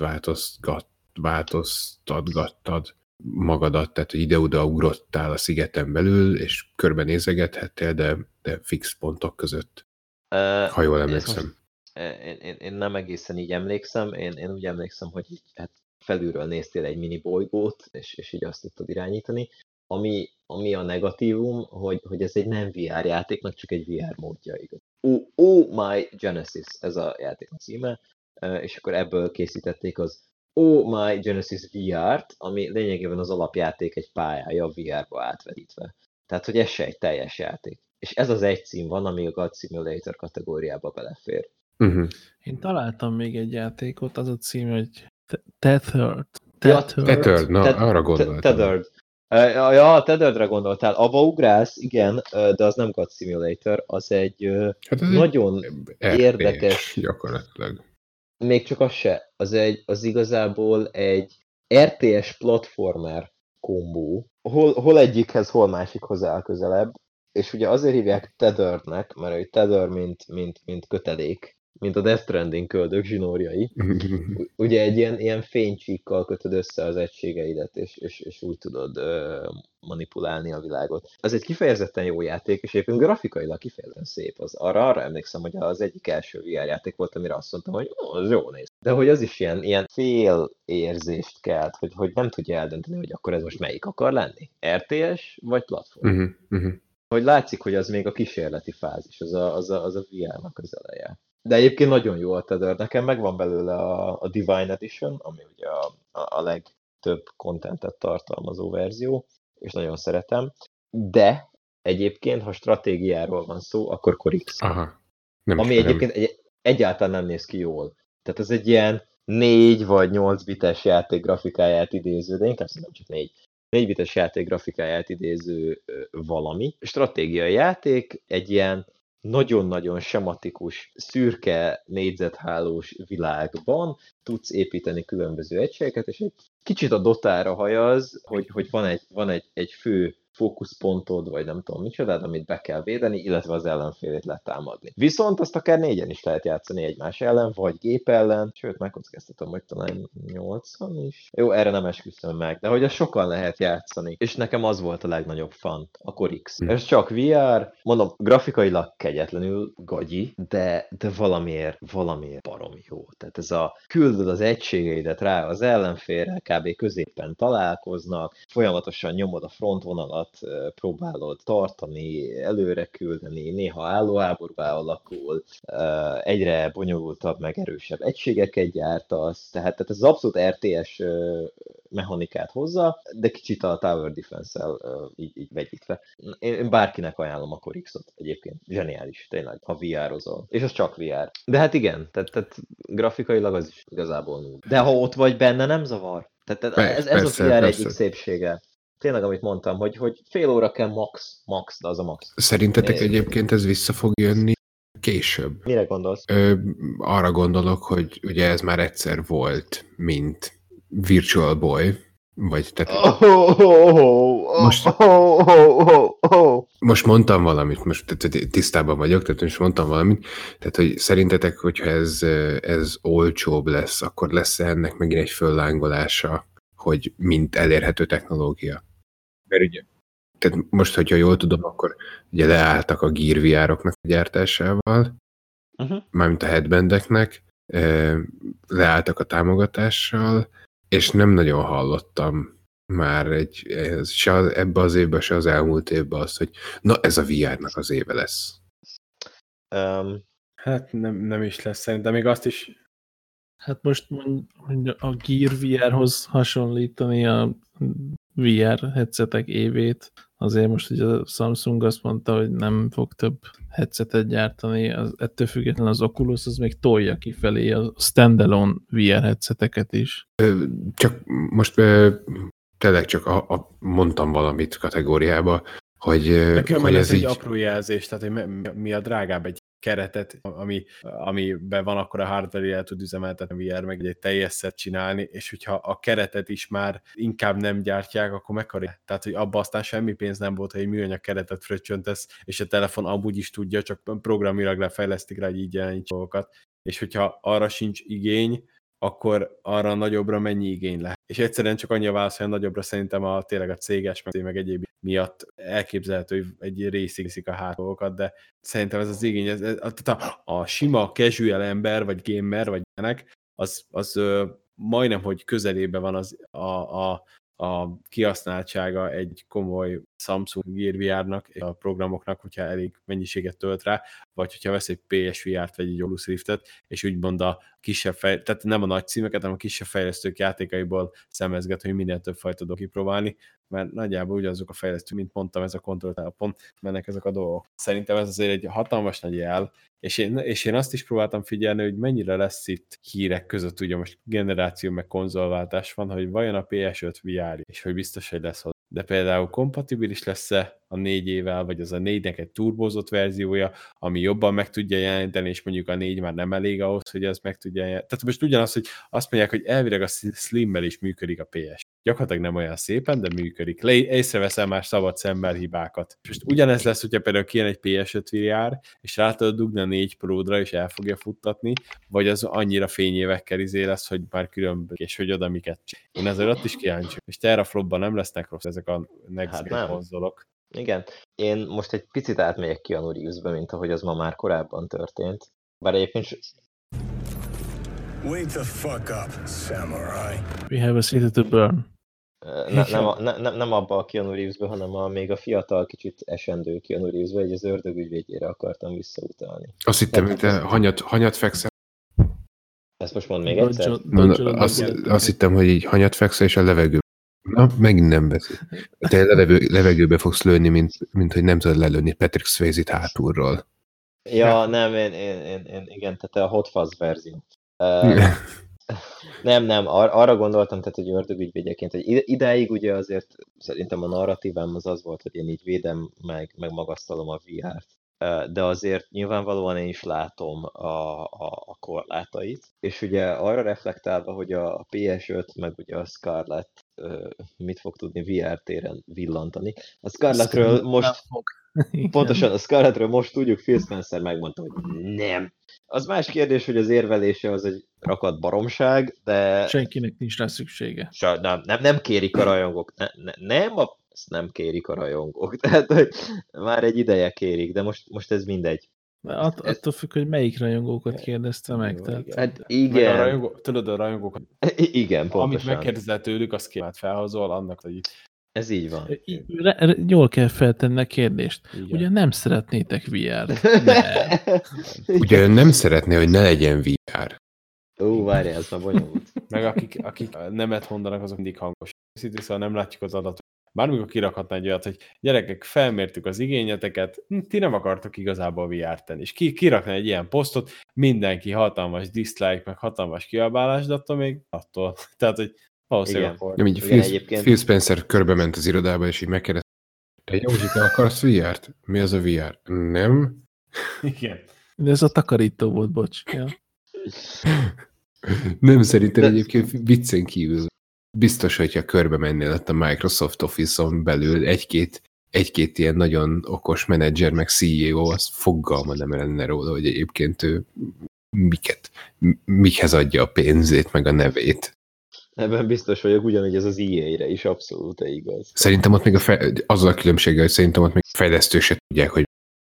változtatgattad magadat, tehát ide-oda ugrottál a szigeten belül, és körbenézegethettél, de fix pontok között, ha jól emlékszem. Én nem egészen így emlékszem, én úgy emlékszem, hogy így, hát felülről néztél egy mini bolygót, és így azt tudtad irányítani. Ami a negatívum, hogy ez egy nem VR játéknak, csak egy VR módja, igaz. Oh My Genesis, ez a játék a címe, és akkor ebből készítették az Oh My Genesis VR-t, ami lényegében az alapjáték egy pályája VR-ba átvetítve. Tehát, hogy ez se egy teljes játék. És ez az egy cím van, ami a God Simulator kategóriába belefér. Uh-huh. Én találtam még egy játékot, az a cím, hogy Tethered, arra gondoltam. Tethered. Ja, Tetheredre gondoltál. Abba ugrálsz, igen, de az nem God Simulator, az egy nagyon érdekes... gyakorlatilag. Még csak az se. Az igazából egy RTS platformer kombó. Hol egyikhez, hol másikhoz áll közelebb. És ugye azért hívják Tetherednek, mert egy Tether, mint kötelék, mint a Death Stranding köldök zsinórjai. Ugye egy ilyen fénycsíkkal kötöd össze az egységeidet, és úgy tudod manipulálni a világot. Ez egy kifejezetten jó játék, és egyébként grafikailag kifejezetten szép. Arra emlékszem, hogy az egyik első VR játék volt, amire azt mondtam, hogy az jó néz. De hogy az is ilyen fél érzést kelt, hogy nem tudja eldönteni, hogy akkor ez most melyik akar lenni. RTS vagy platform. Hogy látszik, hogy az még a kísérleti fázis, az a VR-nak az eleje. De egyébként nagyon jó a Tether. Nekem megvan belőle a Divine Edition, ami ugye a legtöbb contentet tartalmazó verzió, és nagyon szeretem. De egyébként, ha stratégiáról van szó, akkor Corix. Aha. Ami egyébként egyáltalán nem néz ki jól. Tehát ez egy ilyen 4 vagy 8 bites játék grafikáját idéző, de inkább szerintem csak 4 bites játék grafikáját idéző valami. Stratégiai játék, egy ilyen nagyon-nagyon sematikus, szürke, négyzethálós világban tudsz építeni különböző egységeket, és egy kicsit a Dotára hajaz, hogy van egy fő fókuszpontod, vagy nem tudom micsodád, amit be kell védeni, illetve az ellenfélét letámadni. Viszont azt akár 4-en is lehet játszani egymás ellen, vagy gép ellen, sőt, megkockáztatom, hogy talán 8-an is. Jó, erre nem esküszöm meg, de hogy azt sokan lehet játszani. És nekem az volt a legnagyobb fan, a Corix. Ez csak VR, mondom, grafikailag kegyetlenül gagyi, de valamiért baromi jó. Tehát ez a küldöd az egységeidet rá az ellenfélre, kb. Középen találkoznak, folyamatosan nyomod a frontvonalat, próbálod tartani, előre küldeni, néha állóháborúvá alakul, egyre bonyolultabb, meg erősebb egységeket gyártasz, tehát ez az abszolút RTS mechanikát hozza, de kicsit a Tower Defense-el így vegyítve. Én bárkinek ajánlom a Corixot egyébként. Zseniális, tényleg, ha VR-ozol. És az csak VR. De hát igen, tehát grafikailag az is igazából null. De ha ott vagy benne, nem zavar. Tehát ez a VR egyik szépsége. tényleg, amit mondtam, hogy fél óra kell max, de az a max. Szerintetek egyébként ez vissza fog jönni később? Mire gondolsz? Arra gondolok, hogy ugye ez már egyszer volt, mint Virtual Boy, vagy tehát... Most mondtam valamit, most tisztában vagyok, tehát most mondtam valamit, tehát hogy szerintetek, hogyha ez olcsóbb lesz, akkor lesz ennek megint egy föllángolása, hogy mint elérhető technológia? Mert ugye, tehát most, hogyha jól tudom, akkor ugye leálltak a Gear VR-oknak a gyártásával, mármint a headbandeknek, leálltak a támogatással, és nem nagyon hallottam már ebbe az évben, se az elmúlt évben azt, hogy na ez a VR-nak az éve lesz. Hát nem is lesz, szerintem még azt is... Hát most a Gear VR-hoz hasonlítani a VR headsetek évét, azért most ugye a Samsung azt mondta, hogy nem fog több headsetet gyártani, ettől függetlenül az Oculus az még tolja kifelé a standalone VR headseteket is. Csak most tényleg csak mondtam valamit kategóriába, hogy Nekem ez egy így... apró jelzés, tehát hogy mi a drágább egy keretet, amiben van akkor a hardware el tud üzemeltetni VR, meg egy teljes set csinálni, és hogyha a keretet is már inkább nem gyártják, akkor mekkora. Tehát, hogy abban aztán semmi pénz nem volt, hogy egy műanyag keretet fröccsöntesz, és a telefon amúgy is tudja, csak programilag lefejlesztik rá, hogy így jelenít dolgokat. És hogyha arra sincs igény, akkor arra nagyobbra mennyi igény lehet. És egyszerűen csak annyi a válasz, hogy nagyobbra szerintem tényleg a céges, meg egyéb miatt elképzelhető, hogy egy részig a hátulókat, de szerintem ez az igény, a sima casual ember, vagy gamer, vagy ilyenek, az majdnem, hogy közelében van a kihasználtsága egy komoly Samsung Gear VR-nak, a programoknak, hogyha elég mennyiséget tölt rá, vagy hogyha vesz egy PSVR-t, vagy egy Oculus Riftet, és úgymond a kisebb tehát nem a nagy címeket, hanem a kisebb fejlesztők játékaiból szemezget, hogy minél több fajta tudok kipróbálni, mert nagyjából ugyanazok a fejlesztők, mint mondtam, ez a kontrolltápon mennek ezek a dolgok. Szerintem ez azért egy hatalmas nagy jel, és én azt is próbáltam figyelni, hogy mennyire lesz itt hírek között, ugye most generáció meg konzolváltás van, hogy vajon a PS5 VR, és hogy biztos, hogy lesz hozzá. De például kompatibilis lesz-e a 4-ével, vagy az a 4-nek egy turbózott verziója, ami jobban meg tudja jelenteni, és mondjuk a 4 már nem elég ahhoz, hogy ez meg tudja jelenteni. Tehát most ugyanaz, hogy azt mondják, hogy elvileg a Slimmel is működik a PS. Gyakorlatilag nem olyan szépen, de működik. Észreveszel már szabad szemmel hibákat. Most ugyanez lesz, hogyha például kijön egy PS5 VR, és rá tudod dugni a 4 Pro-ra, és el fogja futtatni, vagy az annyira fényévekkel lesz, hogy már különböző, és hogy oda miket. Én azért ott is kíváncsi. És teraflopban nem lesznek rossz ezek a next gen konzolok. Igen. Én most egy picit átmegyek Keanu Reevesbe, mint ahogy az ma már korábban történt. Bár egyébként... Wake the fuck up, samurai. We have a city to burn. Nem abba a Keanu Reevesbe, hanem még a fiatal, kicsit esendő Keanu Reevesbe, egy az ördög ügyvédjére akartam visszautalni. Azt hittem, hogy te hanyat fekszel. Ezt most mondd még egyszer? Azt hittem, hogy így hanyat fekszel, és a levegő. Na, megint nem beszél. Te levegőbe fogsz lőni, mint hogy nem tudod lelőni Patrick Swayze-t hátulról. Ja, nem, én igen, tehát a Hot Fuzz verzió. Nem, arra gondoltam, tehát, hogy ördögügyvédjeként, hogy idáig ugye azért szerintem a narratívám az volt, hogy én így védem, meg magasztalom a VR-t. De azért nyilvánvalóan én is látom a korlátait, és ugye arra reflektálva, hogy a PS5 meg ugye a Scarlett mit fog tudni VR téren villantani. A Scarlettről most, pontosan a Scarlettről most tudjuk, Phil Spencer megmondta, hogy nem. Az más kérdés, hogy az érvelése az egy rakat baromság, de... Senkinek nincs rá szüksége. Nem kérik a rajongók. Ezt nem kérik a rajongók. Tehát, hogy már egy ideje kérik, de most ez mindegy. Attól függ, hogy melyik rajongókat kérdezte meg. Tehát... Hát igen. Tudod, a rajongókat. Igen, pontosan. Amit megkérdezel tőlük, azt kívánt felhozol annak, hogy ez így van. Jól kell feltenni a kérdést. Igen. Ugye nem szeretnétek VR-t? De... Ugye nem szeretné, hogy ne legyen VR. Várjál, ez már bonyolult. Meg akik nemet mondanak, azok mindig hangos. Szóval nem látjuk az adatot. Bármikor kirakhatna egy olyat, hogy gyerekek, felmértük az igényeteket, ti nem akartok igazából VR-t tenni. És kirakna egy ilyen posztot, mindenki hatalmas dislike, meg hatalmas kiabálás, de attól még attól. Tehát, hogy Valószínűleg Igen. volt. Nem, így Igen, egyébként. Phil Spencer körbe ment az irodába, és így megkérdezte, te Józsi, te akarsz VR-t? Mi az a VR? Nem? Igen. De ez a takarító volt, bocs. Ja. Nem, szerintem De- egyébként viccen kívül biztos, hogyha körbe mennél ott a Microsoft Office-on belül egy-két ilyen nagyon okos menedzser, meg CEO, az fogalma nem lenne róla, hogy egyébként ő mikhez adja a pénzét, meg a nevét. Ebben biztos vagyok, ugyanígy ez az EA-re is abszolút igaz. Szerintem ott még azzal a különbséggel, hogy szerintem ott még a fejlesztők se tudják, hogy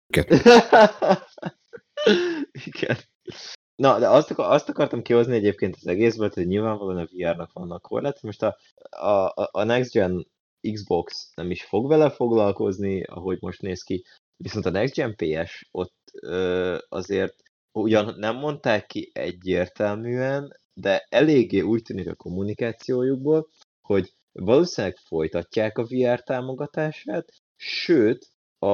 Igen. Na, de azt akartam kihozni egyébként az egészből, hogy nyilvánvalóan a VR-nak vannak korlátok. Most a Next Gen Xbox nem is fog vele foglalkozni, ahogy most néz ki, viszont a Next Gen PS ott azért ugyan nem mondták ki egyértelműen, de eléggé úgy tűnik a kommunikációjukból, hogy valószínűleg folytatják a VR támogatását, sőt,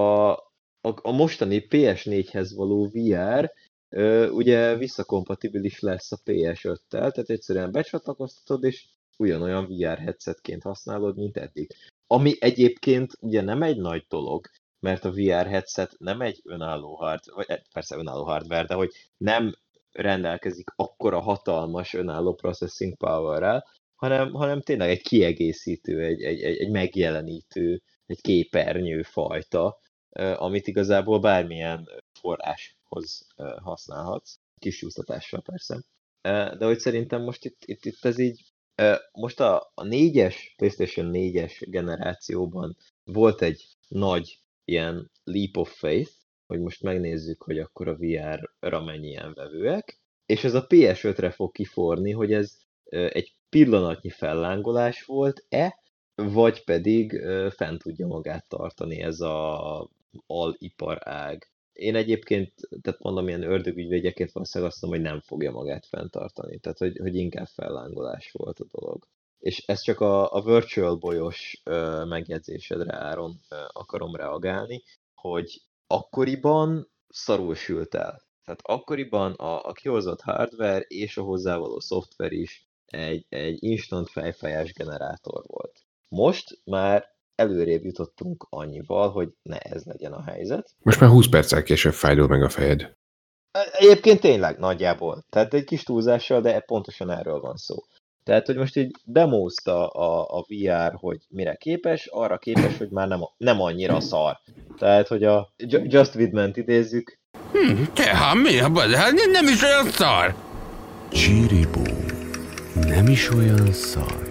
a mostani PS4-hez való VR ugye visszakompatibilis lesz a PS5-tel, tehát egyszerűen becsatlakoztatod, és ugyanolyan VR headsetként használod, mint eddig. Ami egyébként ugye nem egy nagy dolog, mert a VR headset nem egy önálló hardware, vagy persze önálló hardware, de hogy nem rendelkezik akkora hatalmas önálló processing powerrel, hanem tényleg egy kiegészítő, egy megjelenítő, egy képernyő fajta, amit igazából bármilyen forráshoz használhatsz, kis csúsztatással persze. De hogy szerintem most itt ez így, most a PlayStation 4-es generációban volt egy nagy ilyen leap of faith, hogy most megnézzük, hogy akkor a VR-ra mennyien vevőek, és ez a PS5-re fog kiforni, hogy ez egy pillanatnyi fellángolás volt-e, vagy pedig fent tudja magát tartani ez a aliparág. Én egyébként, tehát mondom, ilyen ördögügyvédjeként valószínűleg azt mondom, hogy nem fogja magát fenntartani, tehát hogy inkább fellángolás volt a dolog. És ezt csak a Virtual Boy-os megjegyzésedre, Áron, akarom reagálni, hogy akkoriban szarul sült el. Tehát akkoriban a kihozott hardware és a hozzávaló szoftver is egy instant fejfájás generátor volt. Most már előrébb jutottunk annyival, hogy ne ez legyen a helyzet. most már 20 perccel később fájdul meg a fejed. Egyébként tényleg nagyjából. Tehát egy kis túlzással, de pontosan erről van szó. Tehát, hogy most így demózta a VR, hogy mire képes, arra képes, hogy már nem annyira szar. Tehát, hogy a Just Widment idézzük. Tehát mi a baj? Hát nem is olyan szar. Csiribó. Nem is olyan szar.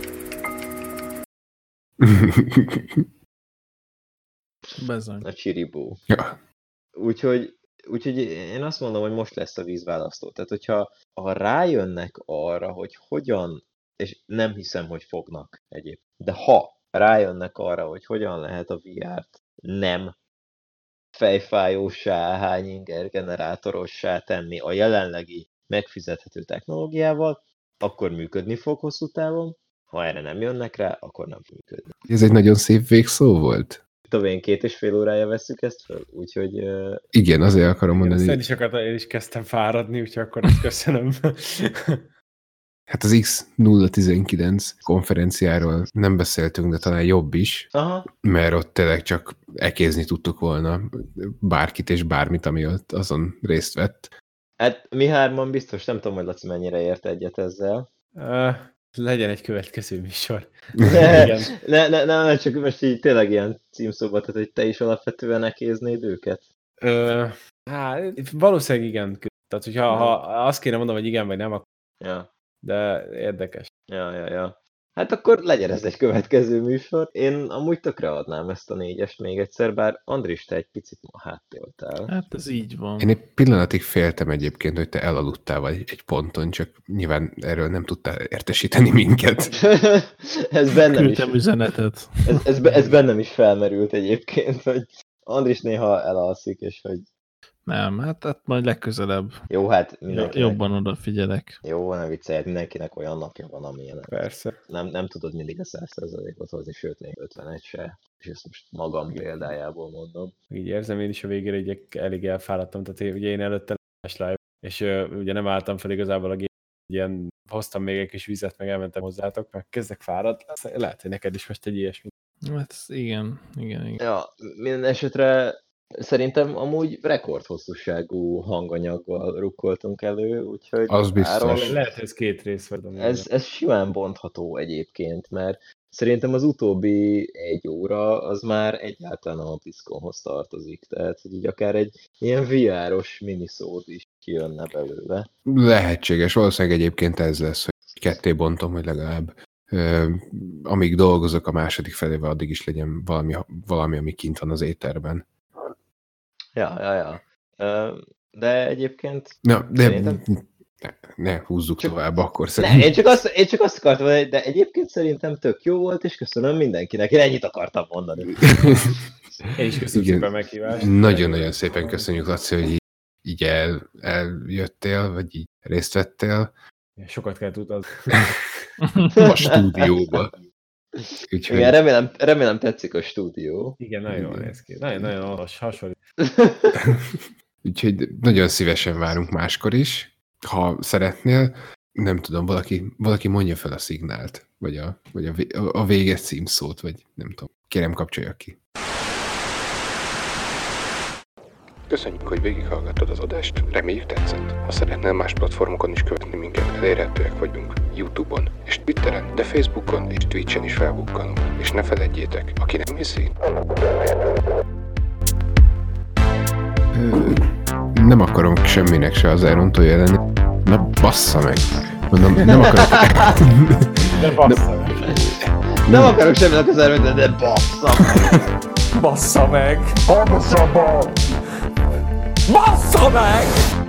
Bezony. A Csiribó. Ja. Úgyhogy én azt mondom, hogy most lesz a vízválasztó. Tehát, hogyha rájönnek arra, hogy hogyan, és nem hiszem, hogy fognak egyébként, de ha rájönnek arra, hogy hogyan lehet a VR-t nem fejfájósá, hányinger generátorossá tenni a jelenlegi megfizethető technológiával, akkor működni fog hosszú távon. Ha erre nem jönnek rá, akkor nem fog működni. Ez egy nagyon szép végszó volt. Tudom, én 2,5 órája vesszük ezt föl, úgyhogy... Igen, azért akarom mondani. Én is kezdtem fáradni, úgyhogy akkor ezt köszönöm. Hát az X019 konferenciáról nem beszéltünk, de talán jobb is, Aha. mert ott tényleg csak ekézni tudtuk volna bárkit és bármit, ami ott azon részt vett. Hát mi hárman biztos, nem tudom, hogy Laci mennyire ért egyet ezzel. Legyen egy következő műsor. Igen. Ne, csak most így tényleg ilyen címszóba, tehát hogy te is alapvetően ekéznéd őket? Valószínűleg igen. Tehát, hogyha ha azt kéne mondanom, hogy igen, vagy nem, akkor... Ja. De érdekes. Ja. Hát akkor legyen ez egy következő műsor. Én amúgy tökre adnám ezt a 4-est még egyszer, bár Andris, te egy picit ma háttéltál. Hát ez így van. Én egy pillanatig féltem egyébként, hogy te elaludtál vagy egy ponton, csak nyilván erről nem tudtál értesíteni minket. Ez bennem is. Küldtem üzenetet. Ez bennem is felmerült egyébként, hogy Andris néha elalszik, és hogy... Nem, hát majd legközelebb. Jó, hát mindenkinek... Jobban odafigyelek. Jó, ne viccelj, mindenkinek olyan napja van, amilyen. Persze. Nem tudod mindig a 100%-ot hozni, sőt, még 51 se. És ezt most magam példájából mondom. Így érzem én is a végére, így elég elfáradtam. Tehát ugye én előtte live, és ugye nem álltam fel igazából a gép, ilyen hoztam még egy kis vizet, meg elmentem hozzátok, meg kezdek fáradt. Lehet, hogy neked is most egy ilyesmi. Hát igen. Ja, minden esetre szerintem amúgy rekordhosszúságú hanganyaggal rukkoltunk elő, úgyhogy Az biztos. Lehet, hogy ez 2 rész vagy. ez simán bontható egyébként, mert szerintem az utóbbi 1 óra az már egyáltalán a Blizzconhoz tartozik, tehát hogy így akár egy ilyen VR-os miniszód is kijönne belőle. Lehetséges, valószínűleg egyébként ez lesz, hogy ketté bontom, hogy legalább amíg dolgozok a második felével, addig is legyen valami, ami kint van az éterben. Ja. De egyébként... Ne húzzuk tovább, akkor Ne, szerintem. én csak azt akartam mondani, de egyébként szerintem tök jó volt, és köszönöm mindenkinek. Én ennyit akartam mondani. Én is köszönöm szépen a meghívást. Nagyon-nagyon szépen köszönjük, Laci, hogy így eljöttél, vagy így részt vettél. Sokat kell utazni. A stúdióba. Úgyhogy... Igen, remélem tetszik a stúdió. Igen, nagyon jól néz ki. Nagyon hasonlít. Úgyhogy nagyon szívesen várunk máskor is, ha szeretnél. Nem tudom, valaki mondja fel a szignált, vagy a véges címszót, vagy nem tudom. Kérem, kapcsolja ki. Köszönjük, hogy végighallgattad az adást, reméljük tetszett. Ha szeretnél más platformokon is követni minket, elérhetőek vagyunk YouTube-on és Twitteren, de Facebookon és Twitchen is felbukkanunk. És ne feledjétek, aki nem hiszi, nem akarom semminek se az elrontója lenni. Na bassza meg! Mondom, nem akarok... De bassza meg! Nem akarok semminek az elrontója, de bassza meg! Bassza meg! Bassza meg! Bassza meg!